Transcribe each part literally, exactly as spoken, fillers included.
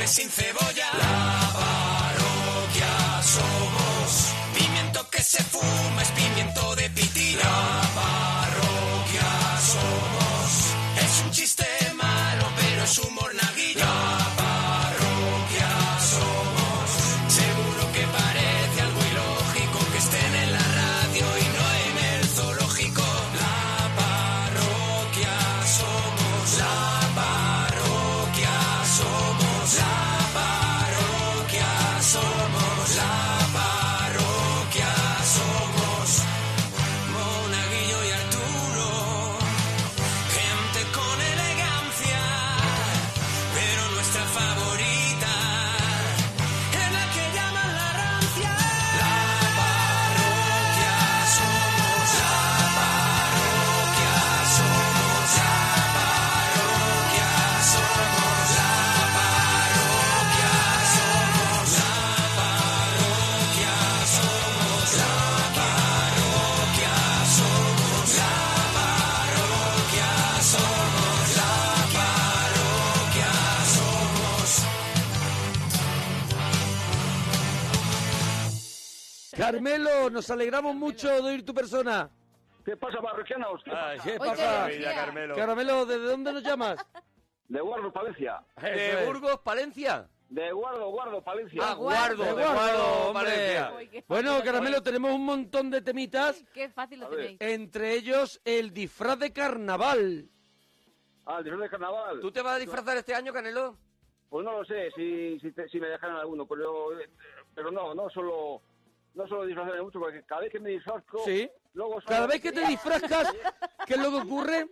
come sin cebolla. La parroquia somos. Pimiento que se fuma es pimiento de pitina. La parroquia somos. Es un chiste malo, pero es humor naguillo. La parroquia somos. Seguro que parece algo ilógico que estén en la radio y no en el zoológico. La parroquia somos. La parroquia somos. La parroquia somos. La parroquia somos. Monaguillo y Arturo, gente con elegancia, pero nuestra favorita es la que llaman la rancia. La parroquia somos. La parroquia somos. La parroquia somos. La parroquia somos. La parroquia somos. La parroquia somos. La parroquia somos. La parroquia somos. Carmelo, nos alegramos mucho de oír tu persona. ¿Qué pasa, parroquianos? ¿Qué Ay, pasa? ¿qué Hoy pasa? te decía. Carmelo. Carmelo, ¿desde dónde nos llamas? De Guardo, Palencia. Eso ¿De es. Burgos, Palencia? De Guardo, Guardo, Palencia. Ah, Guardo, De de Guardo, Guardo, hombre. Palencia. Uy, qué Bueno, fácil lo Caramelo, tenéis. tenemos un montón de temitas, Qué fácil lo A ver. tenéis. entre ellos el disfraz de carnaval. Ah, el disfraz de carnaval. ¿Tú te vas a disfrazar este año, Canelo? Pues no lo sé, si, si, te- si me dejaran alguno, pero, eh, pero no, no solo, no solo disfrazarme mucho, porque cada vez que me disfrazco, Sí. luego solo- Cada vez que te disfrazas, ¿qué es lo que ocurre?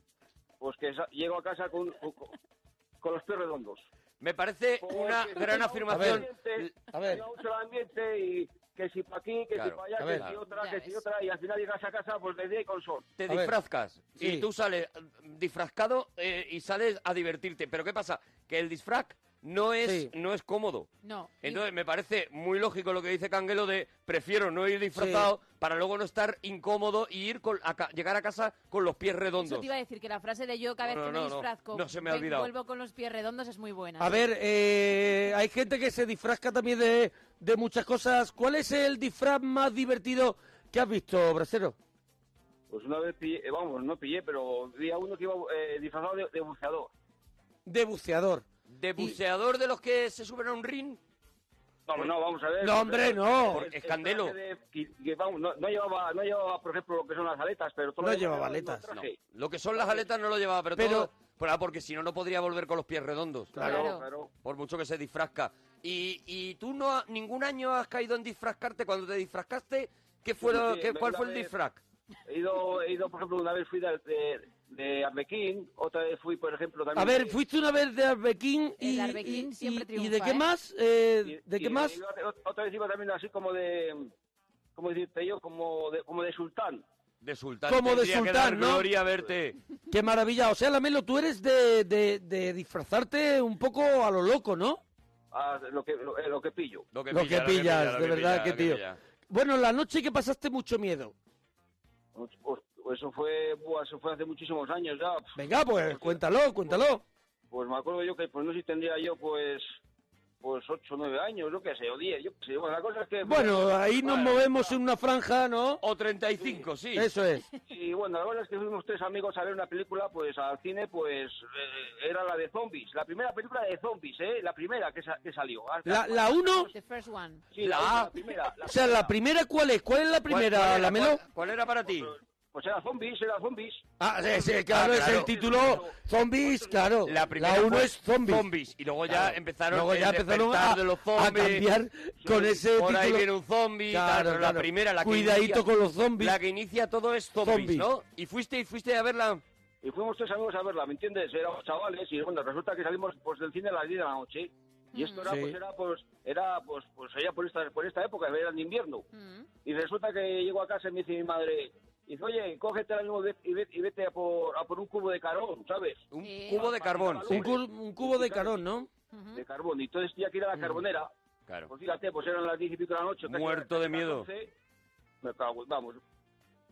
pues que sa- llego a casa con, con, con los pies redondos. Me parece Porque una me gran gusta afirmación. el ambiente, A ver. me gusta el ambiente y que si para aquí, que Claro, si para allá, a que ver. si otra, Ya que si ves. otra, y al final llegas a casa pues de día y con sol. Te A ver. disfrazcas Sí. y tú sales eh, disfrazcado eh, y sales a divertirte. Pero ¿qué pasa? Que el disfraz no es, Sí. no es cómodo. No. Y- Entonces me parece muy lógico lo que dice Canguelo de prefiero no ir disfrazado para luego no estar incómodo y ir con, a ca- llegar a casa con los pies Eso redondos. te iba a decir, que la frase de yo cada vez No, que no, me no, disfrazco no se me ha ven- olvidado. vuelvo con los pies redondos es muy buena. A ver, eh, hay gente que se disfrazca también de, de muchas cosas. ¿Cuál es el disfraz más divertido que has visto, Brasero? Pues una vez pillé, eh, vamos, no pillé, pero vi a uno que iba eh, disfrazado de, de buceador. De buceador. ¿De buceador de los que se suben a un ring? Vamos, no, vamos a ver. No, hombre, no. Por- es Candelo. De- que- que, vamos, no, no llevaba, no llevaba, por ejemplo, lo que son las aletas, pero todo No lo llevaba demás era aletas, un traje. Lo que son las aletas no lo llevaba, pero, Pero- todo... Pero, ah, porque si no, no podría volver con los pies redondos. Claro, Claro. claro. Por mucho que se disfrazca. Y, y tú no ha- ningún año has caído en disfrazcarte. Cuando te disfrazcaste, ¿qué fue Sí, lo- sí, qué- me- ¿cuál una fue el vez- disfraz? He ido, he ido, por ejemplo, una vez fui de, de, de Arbequín, otra vez fui, por ejemplo, también... A ver, de- fuiste una vez de Arbequín y, El Arbequín y- siempre y- triunfa, ¿y de qué ¿eh? más? Eh, y- ¿De y- qué más? y otra- otra vez iba también así como de... ¿Cómo decirte yo? Como de, como de sultán. De sultán. Como de Tendría que sultán, dar ¿no? gloria verte. Qué maravilla. O sea, Lamelo, tú eres de, de, de disfrazarte un poco a lo loco, ¿no? A lo que, lo, eh, lo que pillo. Lo que, Lo pilla, que pillas, lo de verdad, pilla, que lo tío. pilla. Bueno, la noche que pasaste mucho miedo. Pues, pues, eso fue, buah, eso fue hace muchísimos años ya. Venga, pues cuéntalo, cuéntalo. Pues me acuerdo yo que, pues no sé si tendría yo, pues, pues ocho o nueve años, yo qué sé, o diez, yo qué sé. Bueno, la cosa es que... Bueno, ahí nos Bueno, movemos en una franja, ¿no? O treinta y cinco, sí. Eso es. Y bueno, la verdad es que fuimos tres amigos a ver una película, pues al cine, pues eh, era la de zombies. La primera película de zombies, ¿eh? La primera que, sa- que salió. La, la uno, The first one. Sí, la la, A. la primera. La o sea, la primera, ¿cuál es? ¿Cuál es la ¿Cuál- primera, cuál era, Lamelo? cuál- ¿Cuál era para ti? Pues era zombies, era zombies. Ah, sí, sí, claro, Ah, es claro. el título Zombies, claro. La primera uno fue es Zombies. Y luego ya Claro. empezaron, Luego ya el empezaron despertar a, de los a zombies. cambiar con ese Por ahí título. viene un zombie. Claro, tal, pero claro. La primera, la que Cuidadito inicia- con los zombies. La que inicia todo es zombies, Zombies. ¿no? Y fuiste y fuiste a verla. Y fuimos tres amigos a verla, ¿me entiendes? Éramos chavales y bueno, resulta que salimos pues del cine a las diez de la noche. Y esto era, Sí. pues, era, pues, era, pues, pues, allá por esta, por esta época, era en invierno. Mm. Y resulta que llego a casa y me dice mi madre, dice, oye, cógete la mismo y vete, y vete a, por, a por un cubo de carbón, ¿sabes? Un Sí. cubo de carbón. Un, cu- un cubo de carón, ¿no? Ujú. De carbón. Y entonces ya que ir a la carbonera, Claro. pues fíjate, pues eran las diez y pico de la noche. casi Muerto las de miedo. catorce. Me cago, en- vamos.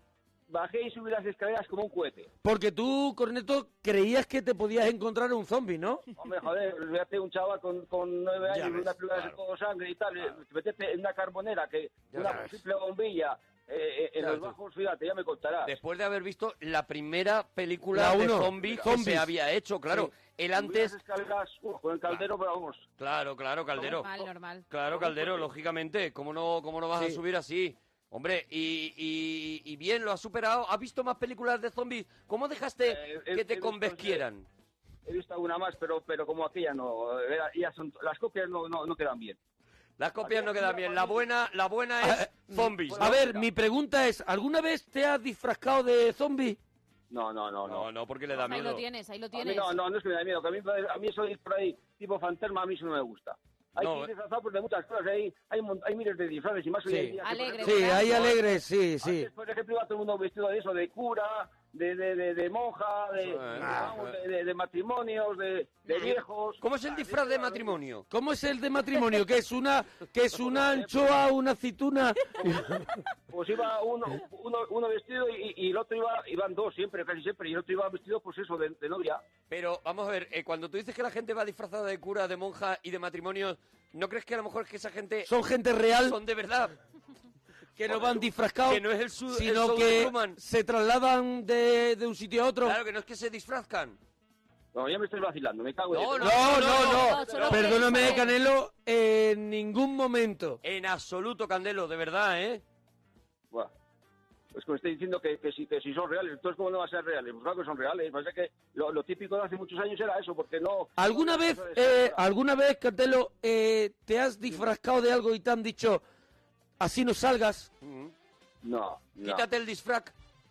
bajé y subí las escaleras como un cohete. Porque tú, Corneto, creías que te podías encontrar un zombie, ¿no? Hombre, joder, fíjate, un chaval con, con nueve Ya años, ves, una película de claro. todo sangre y tal, Claro. eh, meterte en una carbonera, que Ya una ves. triple bombilla, eh, eh, en Claro, los tú. bajos, fíjate, ya me contarás. Después de haber visto la primera película La de uno, zombies que zombies. se había hecho, claro. El Subí antes... las escaleras, uh, con el caldero, pero vamos. Claro, claro, Caldero. Normal, normal. Claro, Caldero, lógicamente. ¿Cómo no, cómo no vas a Sí. subir así? Hombre, y, y, y bien, lo has superado. ¿Has visto más películas de zombies? ¿Cómo dejaste Eh, he- que he te visto, convenzquieran? He visto alguna más, pero pero como aquella no. Era- ya son, las copias no, no, no quedan bien. Las copias no quedan bien. La buena, la buena es zombies. A ¿no? ver, mi pregunta es, ¿alguna vez te has disfrazado de zombie? No, no, no, no. No, no, porque le da Ahí miedo. lo tienes, ahí lo A mí tienes. no, no, no es que me da miedo, que a mí, a mí eso de ir por ahí tipo fantasma a mí eso no me gusta. Hay No, que eh. ir disfrazado pues, de muchas cosas, hay, hay, mon- hay miles de disfraces y más hoy Sí. en día. que, por Alegre, ejemplo, Sí, ¿verdad? hay alegres, sí, sí. Antes, por ejemplo, iba todo el mundo vestido de eso, de cura, de, de, de, de monja, de, de, Ah. vamos, de, de- de matrimonios, de, de viejos. ¿Cómo es el disfraz de matrimonio? ¿Cómo es el de matrimonio? ¿Que es una, que es una anchoa, una aceituna? Pues iba uno, uno, uno vestido y, y el otro iba, iban dos siempre, casi siempre, y el otro iba vestido, pues eso, de, de novia. Pero, vamos a ver, eh, cuando tú dices que la gente va disfrazada de cura, de monja y de matrimonio, ¿no crees que a lo mejor es que esa gente Son gente real son de verdad? que no van disfrazados, Que no es el, su- el sino show de que Truman. se trasladan de, de un sitio a otro. Claro, que no es que se disfrazcan. No, ya me estoy vacilando, me cago en No, eso. No, no, no, no. no, solo Perdóname, que- Canelo, en ningún momento. En absoluto, Candelo, de verdad, ¿eh? Buah. Es que me estoy diciendo que, que, si, que si son reales, entonces ¿cómo no va a ser reales? Pues claro que son reales. Pasa que lo, lo típico de hace muchos años era eso, porque no... ¿Alguna no- vez, no- eh, alguna vez, Cantelo, eh, te has disfrazado de algo y te han dicho, así no salgas? Mm. No, no, Quítate el disfraz.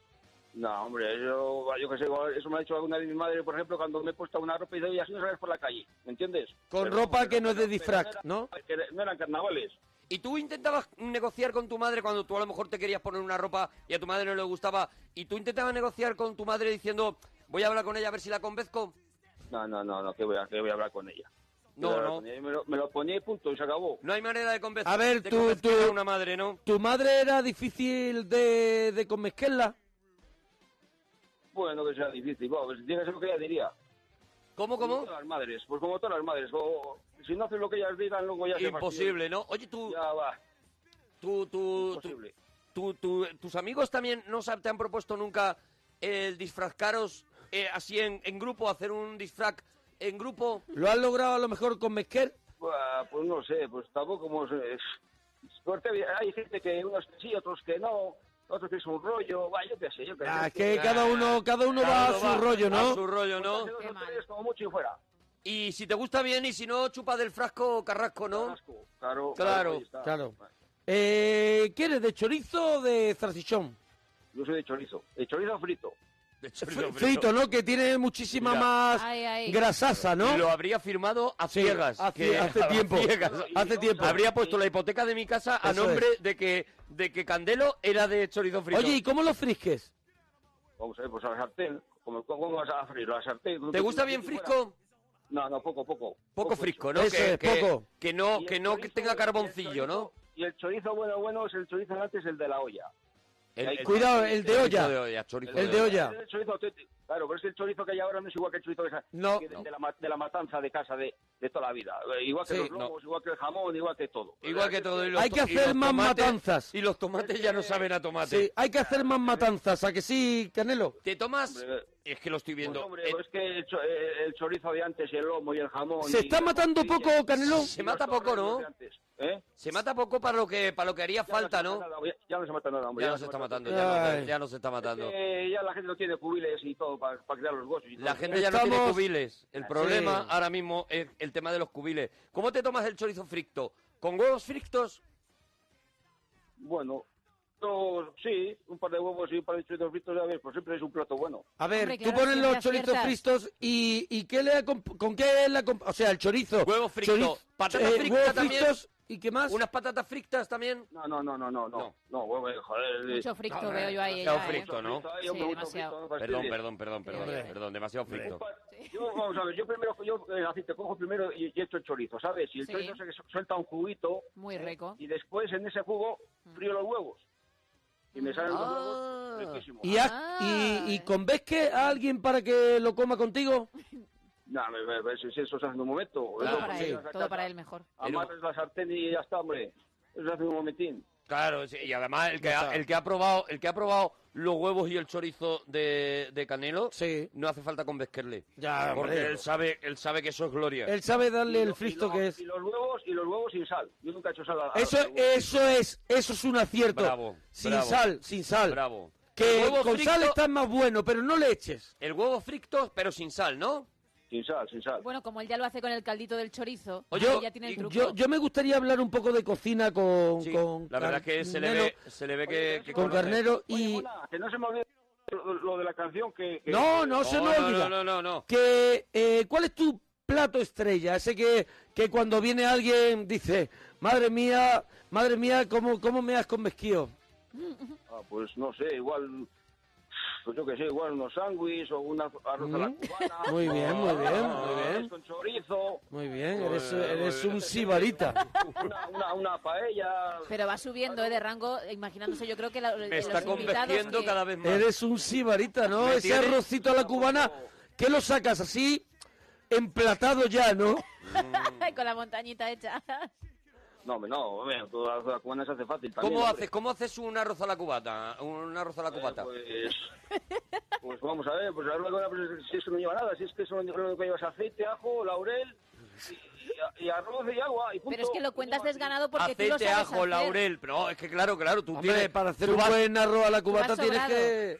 no, hombre, yo, yo que sé, eso me ha dicho alguna vez mi madre, por ejemplo, cuando me he puesto una ropa y dice, oye, así no sales por la calle, ¿me entiendes? Con Pero- ropa pero- que no es de pero- disfraz, pero ¿no? era- que no eran carnavales. ¿Y tú intentabas negociar con tu madre cuando tú a lo mejor te querías poner una ropa y a tu madre no le gustaba? ¿Y tú intentabas negociar con tu madre diciendo, voy a hablar con ella a ver si la convenzco? No, no, no, no, que voy a, que voy a hablar con ella. No, Voy a hablar no. con ella. Me lo, me lo ponía y punto, y se acabó. No hay manera de convencer A ver, de tú- convencer tú- a una madre, ¿no? ¿Tu madre era difícil de, de conmezquerla? Bueno, que sea difícil, bueno, pues tiene que ser lo que ella diría. ¿Cómo, Como cómo? todas las madres, pues como todas las madres. O, si no hacen lo que ellas digan, luego ya se Imposible, ¿no? Oye, tú, fastidian. Ya va, tú, tú, tú, imposible. tú- tú- tus amigos también no sab- te han propuesto nunca el disfrazcaros eh, así en, en grupo, hacer un disfraz en grupo. ¿Lo has logrado a lo mejor con Mezquer? Buah, pues no sé, pues tampoco como... se- Porque hay gente que unos que sí, otros que no, otros que es un rollo, va, yo qué sé, yo qué sé. Ah, es que cada uno, cada uno va a su rollo, A ¿no? su rollo, ¿no? Dos Qué o mal. tres, como mucho y fuera. Y si te gusta bien y si no, chupa del frasco carrasco, ¿no? Asco, Claro, Claro, ahí está. claro. Eh, ¿Quieres de chorizo o de zarcichón? Yo soy de chorizo, de chorizo frito. De chorizo Fr- Frito, ¿no? Que tiene muchísima Mira. más Ay, ay. grasasa, ¿no? Lo habría firmado a Sí, ciegas. hace- que- hace a tiempo. ciegas. Hace tiempo. Habría puesto la hipoteca de mi casa a Eso nombre es. de que de que Candelo era de chorizo frito. Oye, ¿y cómo lo frisques? Vamos a ver, pues a la sartén, como, ¿cómo vas a freír? A la sartén. ¿te gusta bien Fuera. frisco? No, no, poco, poco. Poco frisco, ¿no? Eso que, es, que- poco. que no, Y que el no que chorizo- tenga el carboncillo, ¿no? chorizo- Y el chorizo bueno, bueno, es el chorizo antes, el de la olla. El- el- Cuidado, el de chorizo olla. de olla, chorizo El de olla. El chorizo, te- te- claro, pero es que el chorizo que hay ahora no es igual que el chorizo que sa- No. que de, de la, ma- de la matanza de casa de, de toda la vida. Eh, Igual que Sí, los lobos, igual que el jamón, igual que todo. Igual que todo. y los Hay to- que y hacer los más tomates- matanzas. Y los tomates ya no saben a tomate. Sí, hay que hacer más matanzas, ¿a que sí, Canelo? ¿Te tomas? Hombre, Es que lo estoy Pues, viendo. hombre, Eh, es que el, cho- eh, el chorizo de antes y el lomo y el jamón... ¿Se y está la matando tortilla, poco, Canelo? y Se los mata poco, torrenos ¿no? de antes, ¿eh? Se mata poco para lo que para lo que haría Ya falta, se ¿no? mata nada, ya, ya no se mata nada, hombre. Ya no se está matando, nada. ya no, Ay. ya no se está matando. Eh, ya la gente no tiene cubiles y todo para, para crear los huesos. Y La todo. gente ya no tiene Estamos- cubiles. El problema ahora mismo es el tema de los cubiles. ¿Cómo te tomas el chorizo frito? ¿Con huevos fritos? Bueno, no, sí, un par de huevos y un par de chorizos fritos, a ver, pues siempre es un plato bueno. A ver, Hombre, que tú ahora pones siempre los chorizos aciertas. fristos y, y ¿qué le acomp- ¿con qué le acomp- O sea, el chorizo. Huevo frito. choriz- Patata eh, frita huevos también. fritos y qué más. ¿Unas patatas fritas también? No, no, no, no, no, No. no, no, huevo, eh, joder. eh, Mucho frito No, veo yo ahí. demasiado ya, ¿eh? frito, ¿no? frito, hay Sí, mucho demasiado. frito, no Perdón, fastidies. perdón, perdón, perdón, Hombre. perdón, demasiado frito. Yo, vamos a ver, yo primero, yo eh, así te cojo primero y, y echo el chorizo, ¿sabes? Y el Sí. chorizo se suelta un juguito Muy rico. y después en ese jugo frío los huevos. Y me salen los Ah. huevos riquísimos. ¿Y, has- Ah. y, y convenzque a alguien para que lo coma contigo? No, me, me, me- si eso se hace en un momento. Todo Claro, para Eso, él, llegas a todo casa, para él mejor. Amarras la sartén y ya está, hombre. Eso se hace en un momentín. Claro, sí, y además el que, Ya ha, está. el que ha probado, el que ha probado los huevos y el chorizo de, de Canelo, Sí. no hace falta convenzquerle. Ya, porque hombre. él sabe, él sabe que eso es gloria. Él sabe darle Y el lo- fristo y lo- que es. Y los huevos, y los huevos sin sal. Yo nunca he hecho sal a, a Eso, los huevos. eso es, eso es un acierto. Bravo, sin bravo. sal, sin sal. Bravo. Que El huevo con frito- sal está más bueno, pero no le eches. El huevo frito, pero sin sal, ¿no? Sin sal, sin sal. Bueno, como él ya lo hace con el caldito del chorizo, Oye, ahí yo- ya tiene el y- truco. Yo, yo me gustaría hablar un poco de cocina con, Sí, con la verdad es que se le Carnero- ve, se le ve que, que con conoce. Carnero Oye, y... Mona, que no se me olvide lo, lo de la canción que... que- No, no se No, me no, olvida. no, no, no, no. Que, eh, ¿cuál es tu plato estrella? Ese que, que cuando viene alguien dice, madre mía, madre mía, ¿cómo, cómo me has convesquido? Ah, pues no sé, igual... Pues yo que sé, igual unos sándwiches o una arroz a la Mm. cubana. Muy bien, muy bien, o muy bien. Con chorizo, Muy bien, Muy eres, bien, eres muy un bien. sibarita. una, una, una paella... Pero va subiendo, ¿eh? De rango, imaginándose yo creo que la, Me los está invitados convenciendo que- cada vez más. Eres un sibarita, ¿no? Me Ese tiene- arrocito a la cubana, ¿qué lo sacas así? Emplatado ya, ¿no? con la montañita hecha. No, hombre, no, hombre, toda la cubana se hace fácil también. ¿Cómo hombre. haces, ¿Cómo haces un arroz a la cubata? Un arroz a la Eh, cubata. Pues, pues vamos a ver, pues la cubana, pues, si es que no lleva nada, si es que eso lo único que lleva es aceite, ajo, laurel y, y arroz y agua y punto. Pero es que lo cuentas desganado porque tú lo Aceite, sabes ajo, hacer. laurel. Pero no, es que claro, claro, tú Hombre, tienes... para hacer tú un vas, buen arroz a la cubata vas tienes sobrado. que...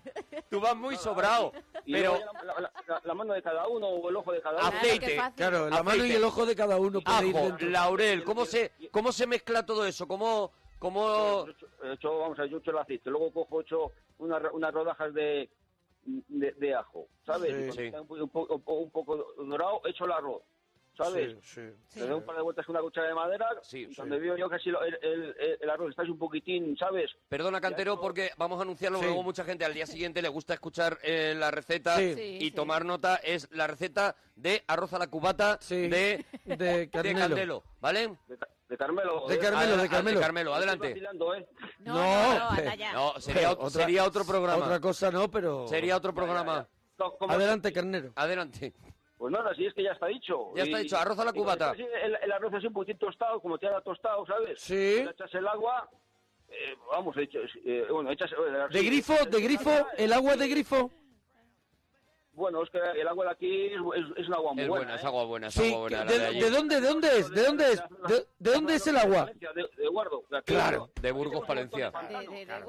tú vas muy sobrado. Y Pero luego ya la, la- la- la mano de cada uno o el ojo de cada uno. Claro, Aceite, qué fácil. Claro, la mano y Aceite. el ojo de cada uno puede ir ajo, dentro. laurel, ¿cómo se, cómo se mezcla todo eso? ¿Cómo, cómo... Yo echo- echo, vamos a ver, yo echo el aceite, luego cojo hecho unas, ro- unas rodajas de, de, de ajo, ¿sabes? Sí. Y cuando Sí. está un, po- un, po- un poco dorado, echo el arroz, ¿sabes? Sí, sí. Le doy un par de vueltas con una cuchara de madera Sí, y sí. cuando veo yo casi lo- el, el, el- el arroz está así un poquitín, ¿sabes? Perdona, Cantero, Ya, porque vamos a anunciarlo, Sí. luego mucha gente al día siguiente le gusta escuchar eh, la receta Sí. Sí, y sí. tomar nota. Es la receta de arroz a la cubata Sí. de, De de Carnelo. Candelo, ¿vale? De, Ca- de Carmelo. De ¿eh? Carmelo, de Ad- Carmelo. Carmelo, Estoy adelante. vacilando, ¿eh? No, No, no, no, pero- anda ya. No, sería, Otra- sería otro programa. Otra cosa no, pero... Sería otro programa. No, ¿cómo- Adelante, Carnero. Adelante. Pues nada, si es que ya está dicho. Ya está Y- dicho, arroz a la y cuando cubata. está así el, el arroz así un poquito tostado, como te ha tostado, ¿sabes? Sí. Le echas el agua, eh, vamos, echas, eh, bueno, echas... eh, ¿De sí, grifo? echas ¿De el grifo? agua, ¿El agua de grifo? Bueno, es que el agua de aquí es, es, es un agua muy Es buena. buena, es ¿eh? agua buena, es Sí. agua buena. la ¿De, de allí. de dónde, de dónde es? ¿De dónde es? ¿De, de dónde es el agua? De, de Guardo. de aquí. Claro. De Burgos, Palencia. De- de- de-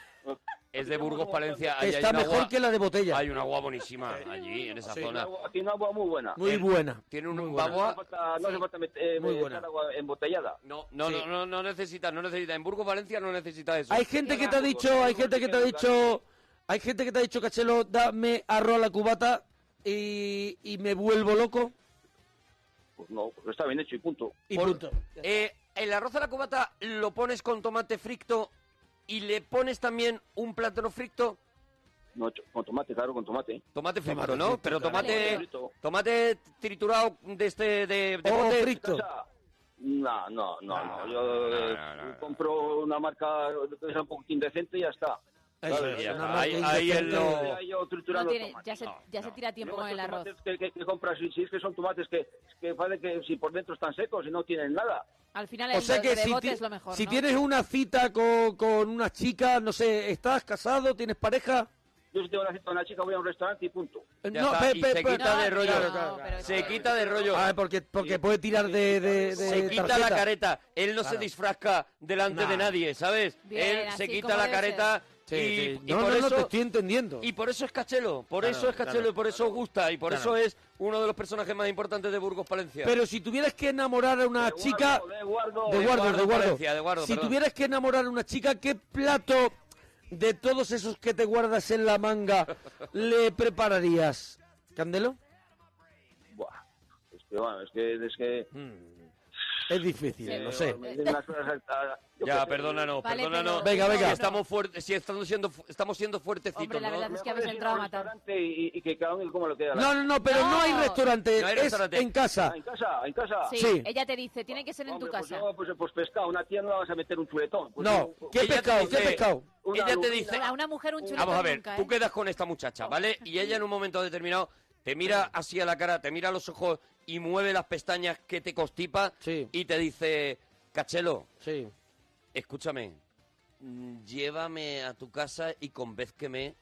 Es de Burgos, Palencia. Ahí hay Está un mejor agua- que la de botella. Hay un agua buenísima allí, en esa Sí. zona. Agua- Tiene una agua muy buena. Muy buena. Tiene un Muy No buena. hace agua... falta, no hace falta met- eh, Muy echar buena. agua embotellada. No, no, Sí. no, no, no necesita, no necesita. En Burgos, Valencia no necesita eso. Hay gente que te ha dicho, hay gente que te ha dicho, hay gente que te ha dicho, Cachelo, dame arroz a la cubata y, y me vuelvo loco Pues no, pues está bien hecho y punto. y Por- punto. Eh, el arroz a la cubata lo pones con tomate frito y le pones también un plátano frito. No, hecho- con tomate, claro, con tomate. Tomate frito, Tomate ¿no? frito, Pero claro. tomate, Frito. tomate triturado de este de, de O bote. frito. Casa, No, no, no, no. Yo eh, no, no, no. compro una marca que sea un poquitín decente y ya está. Eso ¿sabes? es, Ya una está, marca ahí- ahí él indecente. lo- Ya yo No triturando tiene, tomates. ya se, No, ya se no. tira tiempo Luego con el estos arroz. tomates Que, que, que compras, si, si es que son tomates que, que parece que si por dentro están secos y no tienen nada. Al final O el sea de- que de si, bote ti- es lo mejor, si ¿no? tienes una cita con, con una chica, no sé, ¿estás casado? ¿Tienes pareja? Yo si tengo una cita con una chica voy a un restaurante y punto. Eh, Ya está, y se pe- quita No, de rollo. no, claro, pero Se eso- quita de rollo. Ah, porque, porque puede tirar de, de, de Se quita tarjeta. la careta. Él no se Claro. disfrazca delante Nah. de nadie, ¿sabes? Bien, Él se así quita como la debe careta Sí, y, sí. y No, por no, no, eso te estoy entendiendo. y por eso es Cachelo, por Claro, eso es Cachelo claro, y por eso gusta y por Claro. eso es uno de los personajes más importantes de Burgos, Palencia. Pero si tuvieras que enamorar a una De chica... Guardo, de Guardo. De De Guardo, Guardo, de Guardo. Valencia, de Guardo, Si perdón. tuvieras que enamorar a una chica, ¿qué plato de todos esos que te guardas en la manga le prepararías? ¿Candelo? Buah, es que, bueno, es que, es que Es difícil, Eh, lo sé. me dicen las cosas a- yo Ya, qué sé. perdónanos, Vale, perdónanos. pero- Venga, venga. Si estamos fuertes, si estamos siendo, fu- estamos siendo fuertecitos, Hombre, la ¿no? verdad es que Mejor habéis ir entrado a un matar. restaurante Y, y que cada uno como lo queda. No, no, no, pero no, No. hay restaurante, No hay es restaurante. en casa. Ah, en casa, en casa. Sí, Sí. ella te dice, tiene que ser en tu Hombre, pues, casa. no, pues, pues pescado, una tía no la vas a meter un chuletón. Pues No, un- ¿qué Ella te pescado? ¿Qué dice- pescado? una Ella te lubina. dice... A una mujer un chuletón Vamos a ver, nunca, tú ¿eh? quedas con esta muchacha, ¿vale? Y ella en un momento determinado te mira así a la cara, te mira a los ojos y mueve las pestañas que te constipa Sí. y te dice, Cachelo, Sí. escúchame, mm, llévame a tu casa y convézqueme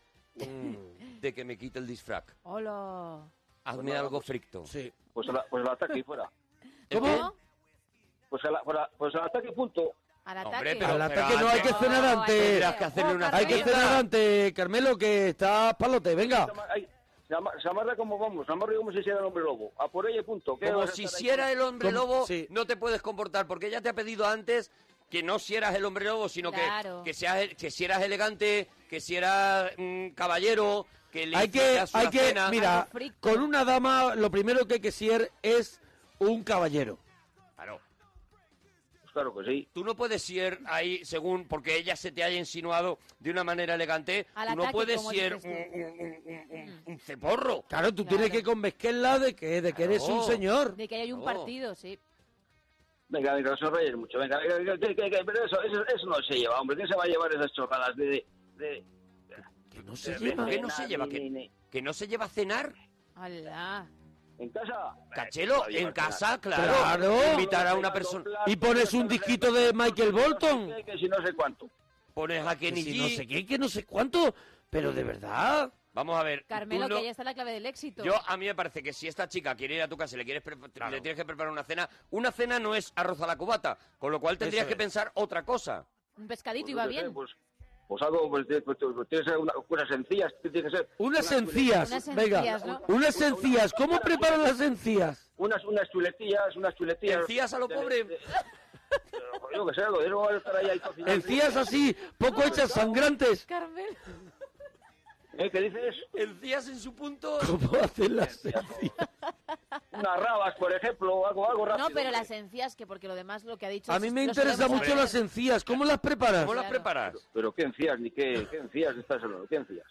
mm, de que me quite el disfraz. Hola. Hazme algo fricto. Sí. Pues, al, pues al ataque y fuera. ¿El ¿Cómo? qué? Pues al, pues al- pues al ataque y punto. Al Hombre, ataque. pero- Al ataque no hay que antes- cenar No, antes. Tendrás que hacerle una Hay que cenita. cenar antes, Carmelo, que está palote, venga. Se ama- ay, se ama- se amarra como vamos, se amarra como si fuera el hombre lobo. A por ella y punto. ¿Qué Como vas a si estar ahí hiciera con- el hombre Como- lobo, sí. no te puedes comportar, porque ella te ha pedido antes que no si eras el hombre lobo, sino Claro. que, que, seas, que si eras elegante, que si eras mm, caballero, que le Hay que, hicieras una hay que, cena. mira, Algo fricto. con una dama lo primero que hay que ser es un caballero. Claro. Pues claro que sí. Tú no puedes ser ahí, según, porque ella se te haya insinuado de una manera elegante, Al tú no ataque, puedes como ser dices un, tú. un- un- un- un- un ceporro. Claro, tú Claro. tienes que convencerla de que, de que eres un Claro. señor. De que hay un No. partido, sí. Venga, venga, no se rayes mucho. Venga, venga, venga, que- que- que- pero eso, eso, eso no se lleva, hombre. ¿Quién se va a llevar esas chorradas de... de, de- Que no se de- lleva. de ¿Qué no cena, se lleva? ni- ¿Que, ni- ni- que no se lleva a cenar? Alá. ¿En casa? Cachelo, Va a llevar en casa, cena. claro. Claro. Invitar a una persona. Y pones un disquito de Michael Bolton. Que si no sé cuánto. Pones a Que Kenny si G. no sé qué, que no sé cuánto. Pero de verdad. Vamos a ver. Carmelo, tú no- que ya está la clave del éxito. Yo, a mí me parece que si esta chica quiere ir a tu casa y le, quieres pre- le tienes que preparar una cena, una cena no es arroz a la cubata, con lo cual tendrías Eso que es. pensar otra cosa. Un pescadito Pues iba yo qué sé, bien. Pues, pues algo, pues, pues, pues, pues, tiene que ser una, unas sencillas, tiene que ser... Unas unas encías. Unas Venga. encías, ¿no? Unas encías. ¿Cómo preparan las encías? Unas, unas chuletillas, unas chuletillas... ¿Encías a lo de- pobre? de- yo qué sé, algo de eso va a estar ahí, ahí cocinando. Encías así, poco hechas, sangrantes. Carmelo. ¿Eh? ¿Qué dices? Encías en su punto. ¿Cómo hacen las encías? Unas rabas, por ejemplo, algo, algo rápido. No, pero hombre. las encías, que porque lo demás, lo que ha dicho... A es- mí me lo interesa solemos mucho hacer. las encías. ¿Cómo las preparas? ¿Cómo las Claro. preparas? Pero qué encías, ni qué, qué encías estás hablando, qué encías.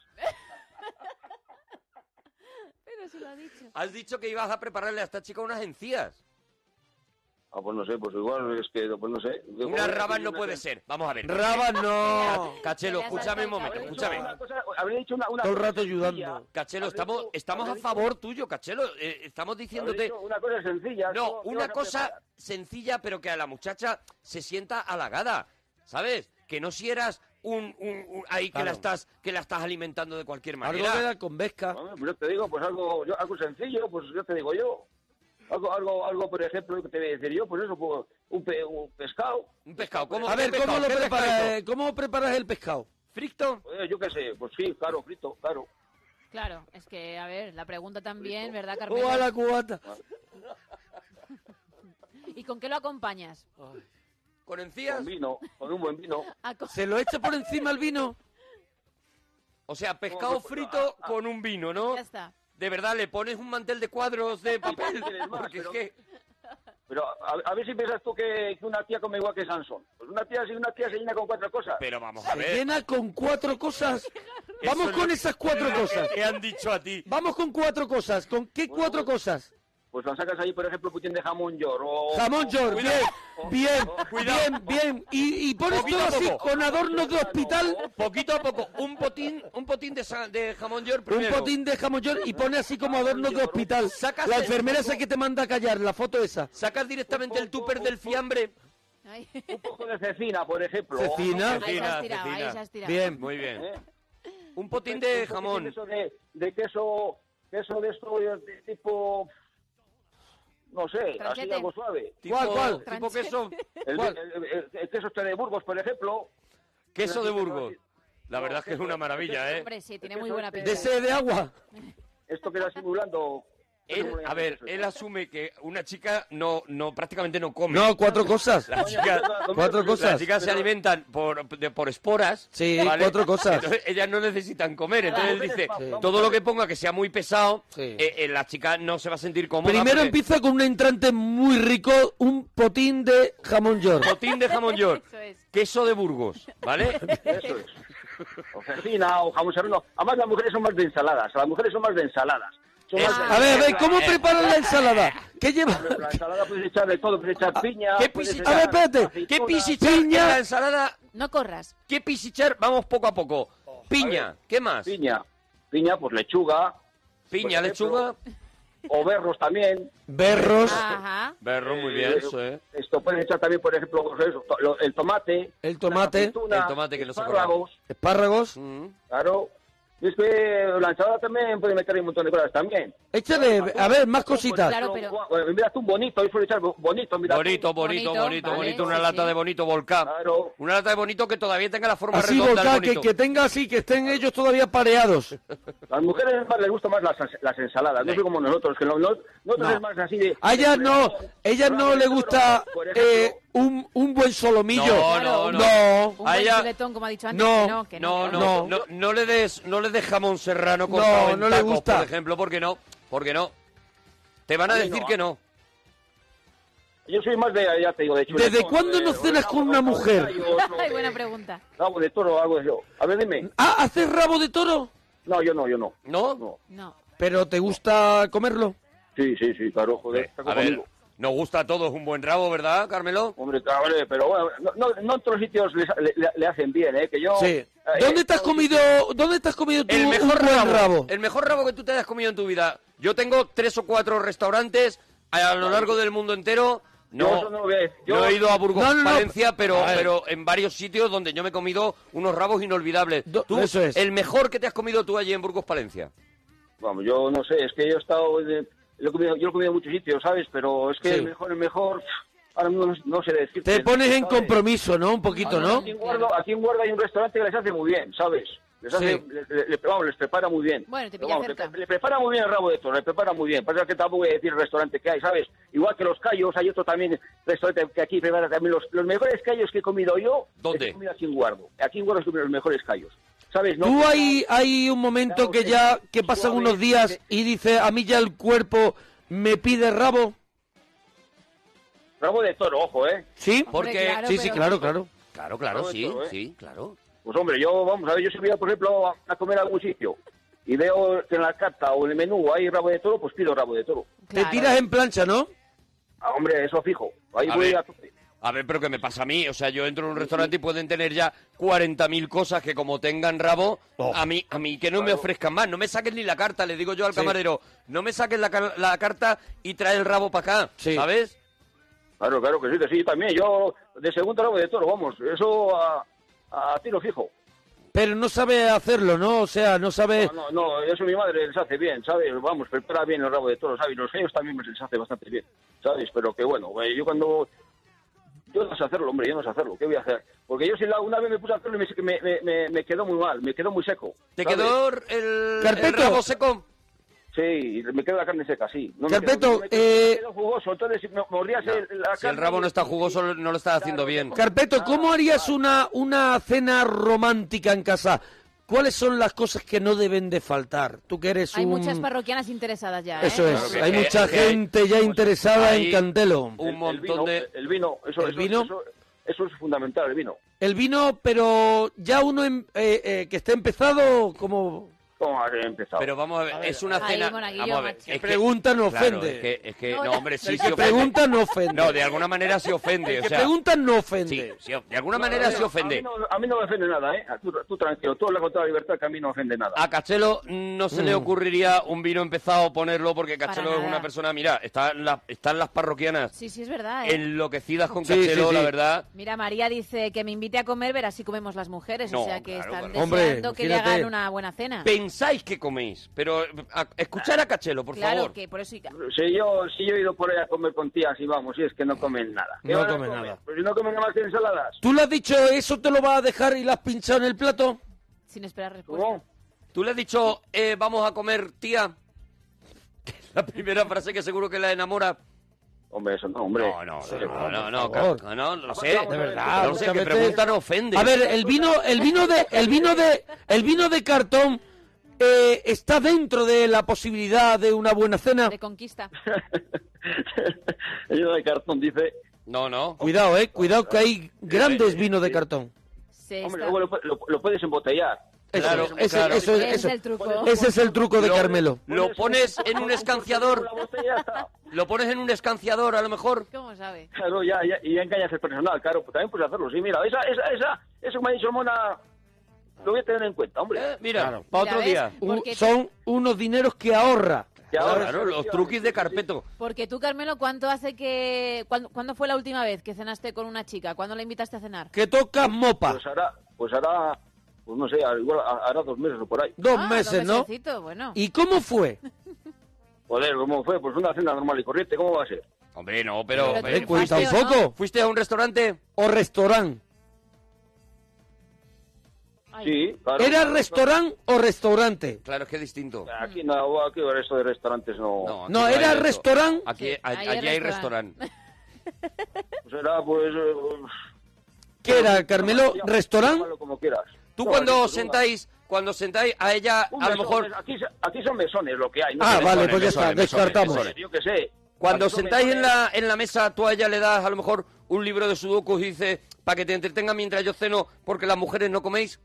Pero si lo ha dicho. Has dicho que ibas a prepararle a esta chica unas encías. Ah, pues no sé, pues igual es que, pues no sé. Unas rabas no puede ser. Vamos a ver. Rabas no. Cachelo, Que le has escúchame un saltado momento, el escúchame. Una cosa, habría dicho una, una Todo el cosa rato sencilla. ayudando. Cachelo, Habría estamos, dicho- estamos a habría dicho- favor tuyo, Cachelo. Eh, estamos habría diciéndote... dicho una cosa sencilla. No, ¿cómo- qué una vas a cosa preparar? sencilla, pero que a la muchacha se sienta halagada, ¿sabes? Que no si eras un, un- un- ahí que Claro. la estás que la estás alimentando de cualquier Algo manera. que la convenzca. Bueno, pues yo te digo, pues algo, yo, algo sencillo, pues yo te digo yo. Algo, algo, algo, por ejemplo, que te voy a decir yo, pues eso, pues, un, pe- un pescado. Un pescado, ¿cómo? A ver, qué ¿cómo pescado? lo ¿Qué preparas? pescadito? eh? ¿Cómo preparas el pescado? ¿Frito? Eh, yo qué sé, pues sí, claro, frito, claro. Claro, es que, a ver, la pregunta también, ¿verdad, O Carmelo? a la cubata. ¿Y con qué lo acompañas? ¿Con encías? Con vino, con un buen vino. A co- ¿Se lo echa por encima el vino? O sea, pescado frito con un vino, ¿no? Ya está. De verdad, le pones un mantel de cuadros de papel. quieres más, Porque es pero- que... Pero a, a ver si piensas tú que, que una tía come igual que Sansón. Pues una tía, si una tía se llena con cuatro cosas. Pero vamos a Se ver. llena con cuatro cosas. Vamos Eso es con lo- esas cuatro cosas. ¿Qué han dicho a ti? Vamos con cuatro cosas. ¿Con qué cuatro cosas? Pues la sacas ahí, por ejemplo, putín de jamón york o... Jamón york, bien, o- bien, o- bien, bien. Y, y pones Poquito todo a así poco. con adornos de hospital. Poquito a poco, un potín, un potín de, sa- de jamón york Un primero. potín de jamón york y pone así como adornos de hospital. Sacas La el- enfermera esa que te manda a callar, la foto esa. Sacas directamente el tupper del fiambre. Ay. Un poco de cecina, por ejemplo. Cecina. Ahí se Cecina, has tirado, ahí cecina. se has tirado. Bien. Muy bien. ¿Eh? Un potín de Un poquitín jamón. De, eso de, de queso, queso de esto de, de tipo... No sé, así Tranchete. algo suave. Tipo, ¿Cuál, cuál? Tipo queso, El, ¿Cuál? el- el- el queso este de Burgos, por ejemplo. queso de Burgos. La No, verdad es que es queso- una maravilla, ¿eh? Hombre, sí, tiene Es que muy eso buena es- De pinta. ese de agua. Esto queda simulando sé Él, cómo le a llaman ver, eso. él asume que una chica no, no prácticamente no come. No, cuatro cosas. Las chicas, Cuatro cosas. las chicas se Pero- alimentan por, de- por esporas. Sí, cuatro cosas. Entonces ellas no necesitan comer. Entonces él mujeres, dice, vamos, vamos todo a lo ver. que ponga que sea muy pesado, Sí. eh, eh, la chica no se va a sentir cómoda. Primero porque- empieza con un entrante muy rico, un potín de jamón york. Botín de jamón york, Eso es. queso de Burgos, ¿vale? Eso es. O cecina o jamón serrano. Además, las mujeres son más de ensaladas. Las mujeres son más de ensaladas. Son más de A ver, a ver, ¿cómo Eh, preparan la ensalada? ¿Qué lleva? La ensalada puedes echar de todo, puedes echar piña. ¿Qué puedes pisi- echar A ver, espérate. aceituna. ¿Qué pisichar en Piña. la ensalada? No corras. ¿Qué pisichar? Vamos poco a poco. Piña, ¿qué más? Piña. Piña, pues lechuga. Piña, por ejemplo. lechuga. O berros también. Berros, Ajá. Berro, muy bien, Eh, eso, ¿eh? Esto puedes echar también, por ejemplo, pues eso, to- lo- el tomate. el tomate, la aceituna, El tomate que no se espárragos, espárragos. Mm. claro. Y es que la ensalada también puede meter un montón de cosas también. Échale, a ver, más cositas. Claro, pero- Bueno, mira tú un bonito, yo suelo echar bo- bonito, mira tú. Bonito, bonito, Bonito, bonito, vale, bonito. Una sí, lata sí. de bonito volcán. Claro. Una lata de bonito que todavía tenga la forma Así, redonda del volcán, que, bonito. que tenga así, que estén ellos todavía pareados. Las mujeres más les gustan más las, las ensaladas, no Sí. sé como nosotros, que no- no- nosotros No. es más así de... A ellas no, ellas no le gusta Por ejemplo, eh, un, un buen solomillo. No, Claro, no, un- no. Un A buen ella- chuletón, como ha dicho antes. No, que no, que No, que no, No. no, no le des, no le des jamón serrano No, cortado en no le tacos, gusta. por ejemplo, porque no, porque no. Te van a, A mí decir no, que a- no. Yo soy más de, ya te digo, de chuletón. ¿Desde cuándo no de- cenas o con de- una o de mujer? callos, o Ay, de- buena pregunta. Rabo de toro o algo de eso. A ver, dime. Ah, ¿haces rabo de toro? No, yo no, yo no. ¿No? No. No. ¿Pero te gusta comerlo? Sí, sí, sí, claro, joder. está A ver, conmigo. nos gusta a todos un buen rabo, ¿verdad, Carmelo? Hombre, cabrón, pero bueno, no, no, no en todos los sitios les- le, le- le hacen bien, ¿eh? Que yo... Sí. eh, ¿Dónde te has todos- comido, dónde te has comido tú El un mejor buen rabo, rabo? el mejor rabo que tú te hayas comido en tu vida. Yo tengo tres o cuatro restaurantes a lo largo del mundo entero. Yo No, eso no lo voy a decir. Yo- no he ido a Burgos, No, no, no. Valencia, pero, A ver. pero en varios sitios donde yo me he comido unos rabos inolvidables. Do- Tú, eso es. el mejor que te has comido tú allí en Burgos, Palencia. Vamos, yo no sé, es que yo he estado... de- lo he comido, yo lo he comido en muchos sitios, ¿sabes? Pero es que Sí. el mejor, el mejor... Ahora mismo no, no sé decir. Te pones en compromiso, ¿no? Un poquito, ¿no? Aquí en, Guardo, aquí en Guardo hay un restaurante que les hace muy bien, ¿sabes? Les hace, Sí. le- le- le- vamos, les prepara muy bien. Bueno, te Pero pilla vamos, cerca. le, le prepara muy bien el rabo de toro, le prepara muy bien. Pasa que tampoco voy a decir el restaurante que hay, ¿sabes? Igual que los callos, hay otro también restaurante que aquí prepara también los, los mejores callos que he comido yo. ¿Dónde? Los he comido aquí en Guardo. Aquí en Guardo he comido los mejores callos. ¿Sabes? No, Tú hay, hay un momento que ya, que pasan unos días y dice, a mí ya el cuerpo me pide rabo. Rabo de toro, ojo, ¿eh? ¿Sí? Hombre, Porque... claro, Sí, sí, pero- claro, claro. Claro, claro, Rabo de sí, toro, ¿eh? sí, claro. Pues hombre, yo, vamos a ver, yo si voy, a, por ejemplo, a, a comer a algún sitio y veo que en la carta o en el menú hay rabo de toro, pues pido rabo de toro. Claro. Te tiras en plancha, ¿no? Ah, hombre, eso fijo. Ahí A voy ver. a tope. A ver, pero ¿qué me pasa a mí? O sea, yo entro en un restaurante y pueden tener ya cuarenta mil cosas que como tengan rabo, Oh. a mí a mí que no me Claro. ofrezcan más. No me saquen ni la carta, le digo yo al Sí. camarero. No me saques la, ca- la carta y trae el rabo para acá, Sí. ¿sabes? Claro, claro que sí, que sí, también. Yo, de segundo rabo de toro, vamos, eso a, a tiro fijo. Pero no sabe hacerlo, ¿no? O sea, no sabe... No, no, no, eso mi madre les hace bien, ¿sabes? Vamos, prepara bien el rabo de toro, ¿sabes? Los gallos también les hace bastante bien, ¿sabes? Pero que bueno, eh, yo cuando... Yo no sé hacerlo, hombre, yo no sé hacerlo. ¿Qué voy a hacer? Porque yo si la, una vez me puse a hacerlo y me, me, me, me- me quedó muy mal, me quedó muy seco. ¿Te ¿sabes? quedó el, el Carpeto. rabo seco? Sí, me quedó la carne seca, sí. No me Carpeto, quedó, no me quedó, eh, me quedó jugoso, entonces si me mordías el- la carne... Si el rabo no está jugoso, no lo estás haciendo bien. Carpeto, ¿cómo harías una, una cena romántica en casa? ¿Cuáles son las cosas que no deben de faltar? Tú que eres Hay un... muchas parroquianas interesadas ya, ¿eh? Eso es, Claro que- hay que- mucha que- gente ya interesada hay- en Cantelo. Un El- el montón vino, de... El vino, eso, ¿El eso- vino? Eso, eso es fundamental, el vino. El vino, pero ya uno em- eh, eh, que esté empezado, como... ¿Cómo has empezado? Pero vamos a ver, es una Ahí, cena... monaguillo, Vamos a ver, macho. es Que que- pregunta no claro, ofende. es que, es que No, no, la- hombre, sí, El sí que ofende. pregunta no ofende. No, de alguna manera sí ofende, El o que sea... pregunta no Sí, ofende. sí, de alguna manera sí A ofende. mí, no, a mí no me ofende nada, ¿eh? Tú, tú tranquilo, tú hablas con toda la libertad que a mí no ofende nada. A Cachelo no se le Mm. ocurriría un vino empezado ponerlo porque Cachelo Para es una nada. persona, mira, está la- están las parroquianas Sí, sí, es verdad, ¿eh? enloquecidas con Sí, Cachelo, sí, sí. la verdad. Mira, María dice que me invite a comer, verás si comemos las mujeres. No, o sea, que claro, están claro. Hombre, deseando que le imagínate. hagan una buena cena. Pensáis que coméis, pero a- escuchar a Cachelo, por claro, favor. que por eso... Si yo, si yo he ido por ahí a comer con tías y vamos, y es que no comen nada. ¿Qué No van a comen comer? nada. Pues si no comen nada más que ensaladas. ¿Tú le has dicho eso te lo vas a dejar y lo has pinchado en el plato? Sin esperar respuesta. ¿Cómo? ¿Tú le has dicho, eh, vamos a comer, tía? La primera frase que seguro que la enamora. Hombre, eso no, hombre. No, no, Sí, no, no, por no, favor. no, no, no lo sé. De verdad, No lo sé, muchas que veces- pregunta no ofende. A ver, el vino, el vino de, el vino de, el vino de cartón eh, está dentro de la posibilidad de una buena cena. De conquista. El vino de cartón dice... No, no. Cuidado, eh, cuidado que hay grandes vinos de cartón. Se Hombre, está- luego lo, lo- lo puedes embotellar. Eso, Claro, ese, claro. eso es- Ese es eso- el truco. ese es el truco de Lo- Carmelo. Lo pones en un escanciador. La botella ya está. Lo pones en un escanciador, a lo mejor. ¿Cómo sabe? Claro, ya, ya, y ya engañas el personal, claro, pues también puedes hacerlo. Sí, mira, esa, esa, esa, eso que me ha dicho Mona, lo voy a tener en cuenta, hombre. Eh, mira, Claro. para Mira, otro ¿ves? día. U- Porque- son unos dineros que ahorra. Y ahora- Claro, los truquis de Carpeto. Porque tú, Carmelo, ¿cuánto hace que... ¿Cuándo, cuándo fue la última vez que cenaste con una chica? ¿Cuándo la invitaste a cenar? Que tocas mopa. Pues hará, pues hará, pues no sé, igual hará dos meses o por ahí. Dos Ah, meses, dos ¿no? mesecitos, bueno. ¿Y cómo fue? Joder, ¿cómo fue? Pues una cena normal y corriente, ¿cómo va a ser? Hombre, no, pero... Pero hombre, Eh, cuenta un ¿Triunfaste o no? poco. ¿Fuiste a un restaurante? ¿O restaurante? Ay, Sí, claro. ¿Era claro, restaurante o restaurante? Claro, es que es distinto. claro. Aquí no, aquí el resto de restaurantes no. No, aquí No, hay era eso. restaurante. Aquí, Sí, a- ahí hay allí hay restaurante. restaurante. Pues era, pues. eh, ¿Qué era, Carmelo? llámalo, ¿Restaurante? llámalo como quieras. Tú No, cuando sí, pues, sentáis, cuando sentáis a ella, un a lo mesón, mejor... es- Aquí, aquí son mesones lo que hay. ¿no? Ah, Mesones, vale, pues ya mesones, está, mesones, descartamos. mesones. Yo qué sé. Cuando Aquí son sentáis en mesones. la, en la mesa, tú a ella le das a lo mejor un libro de sudokus y dices, para que te entretenga mientras yo ceno, porque las mujeres no coméis.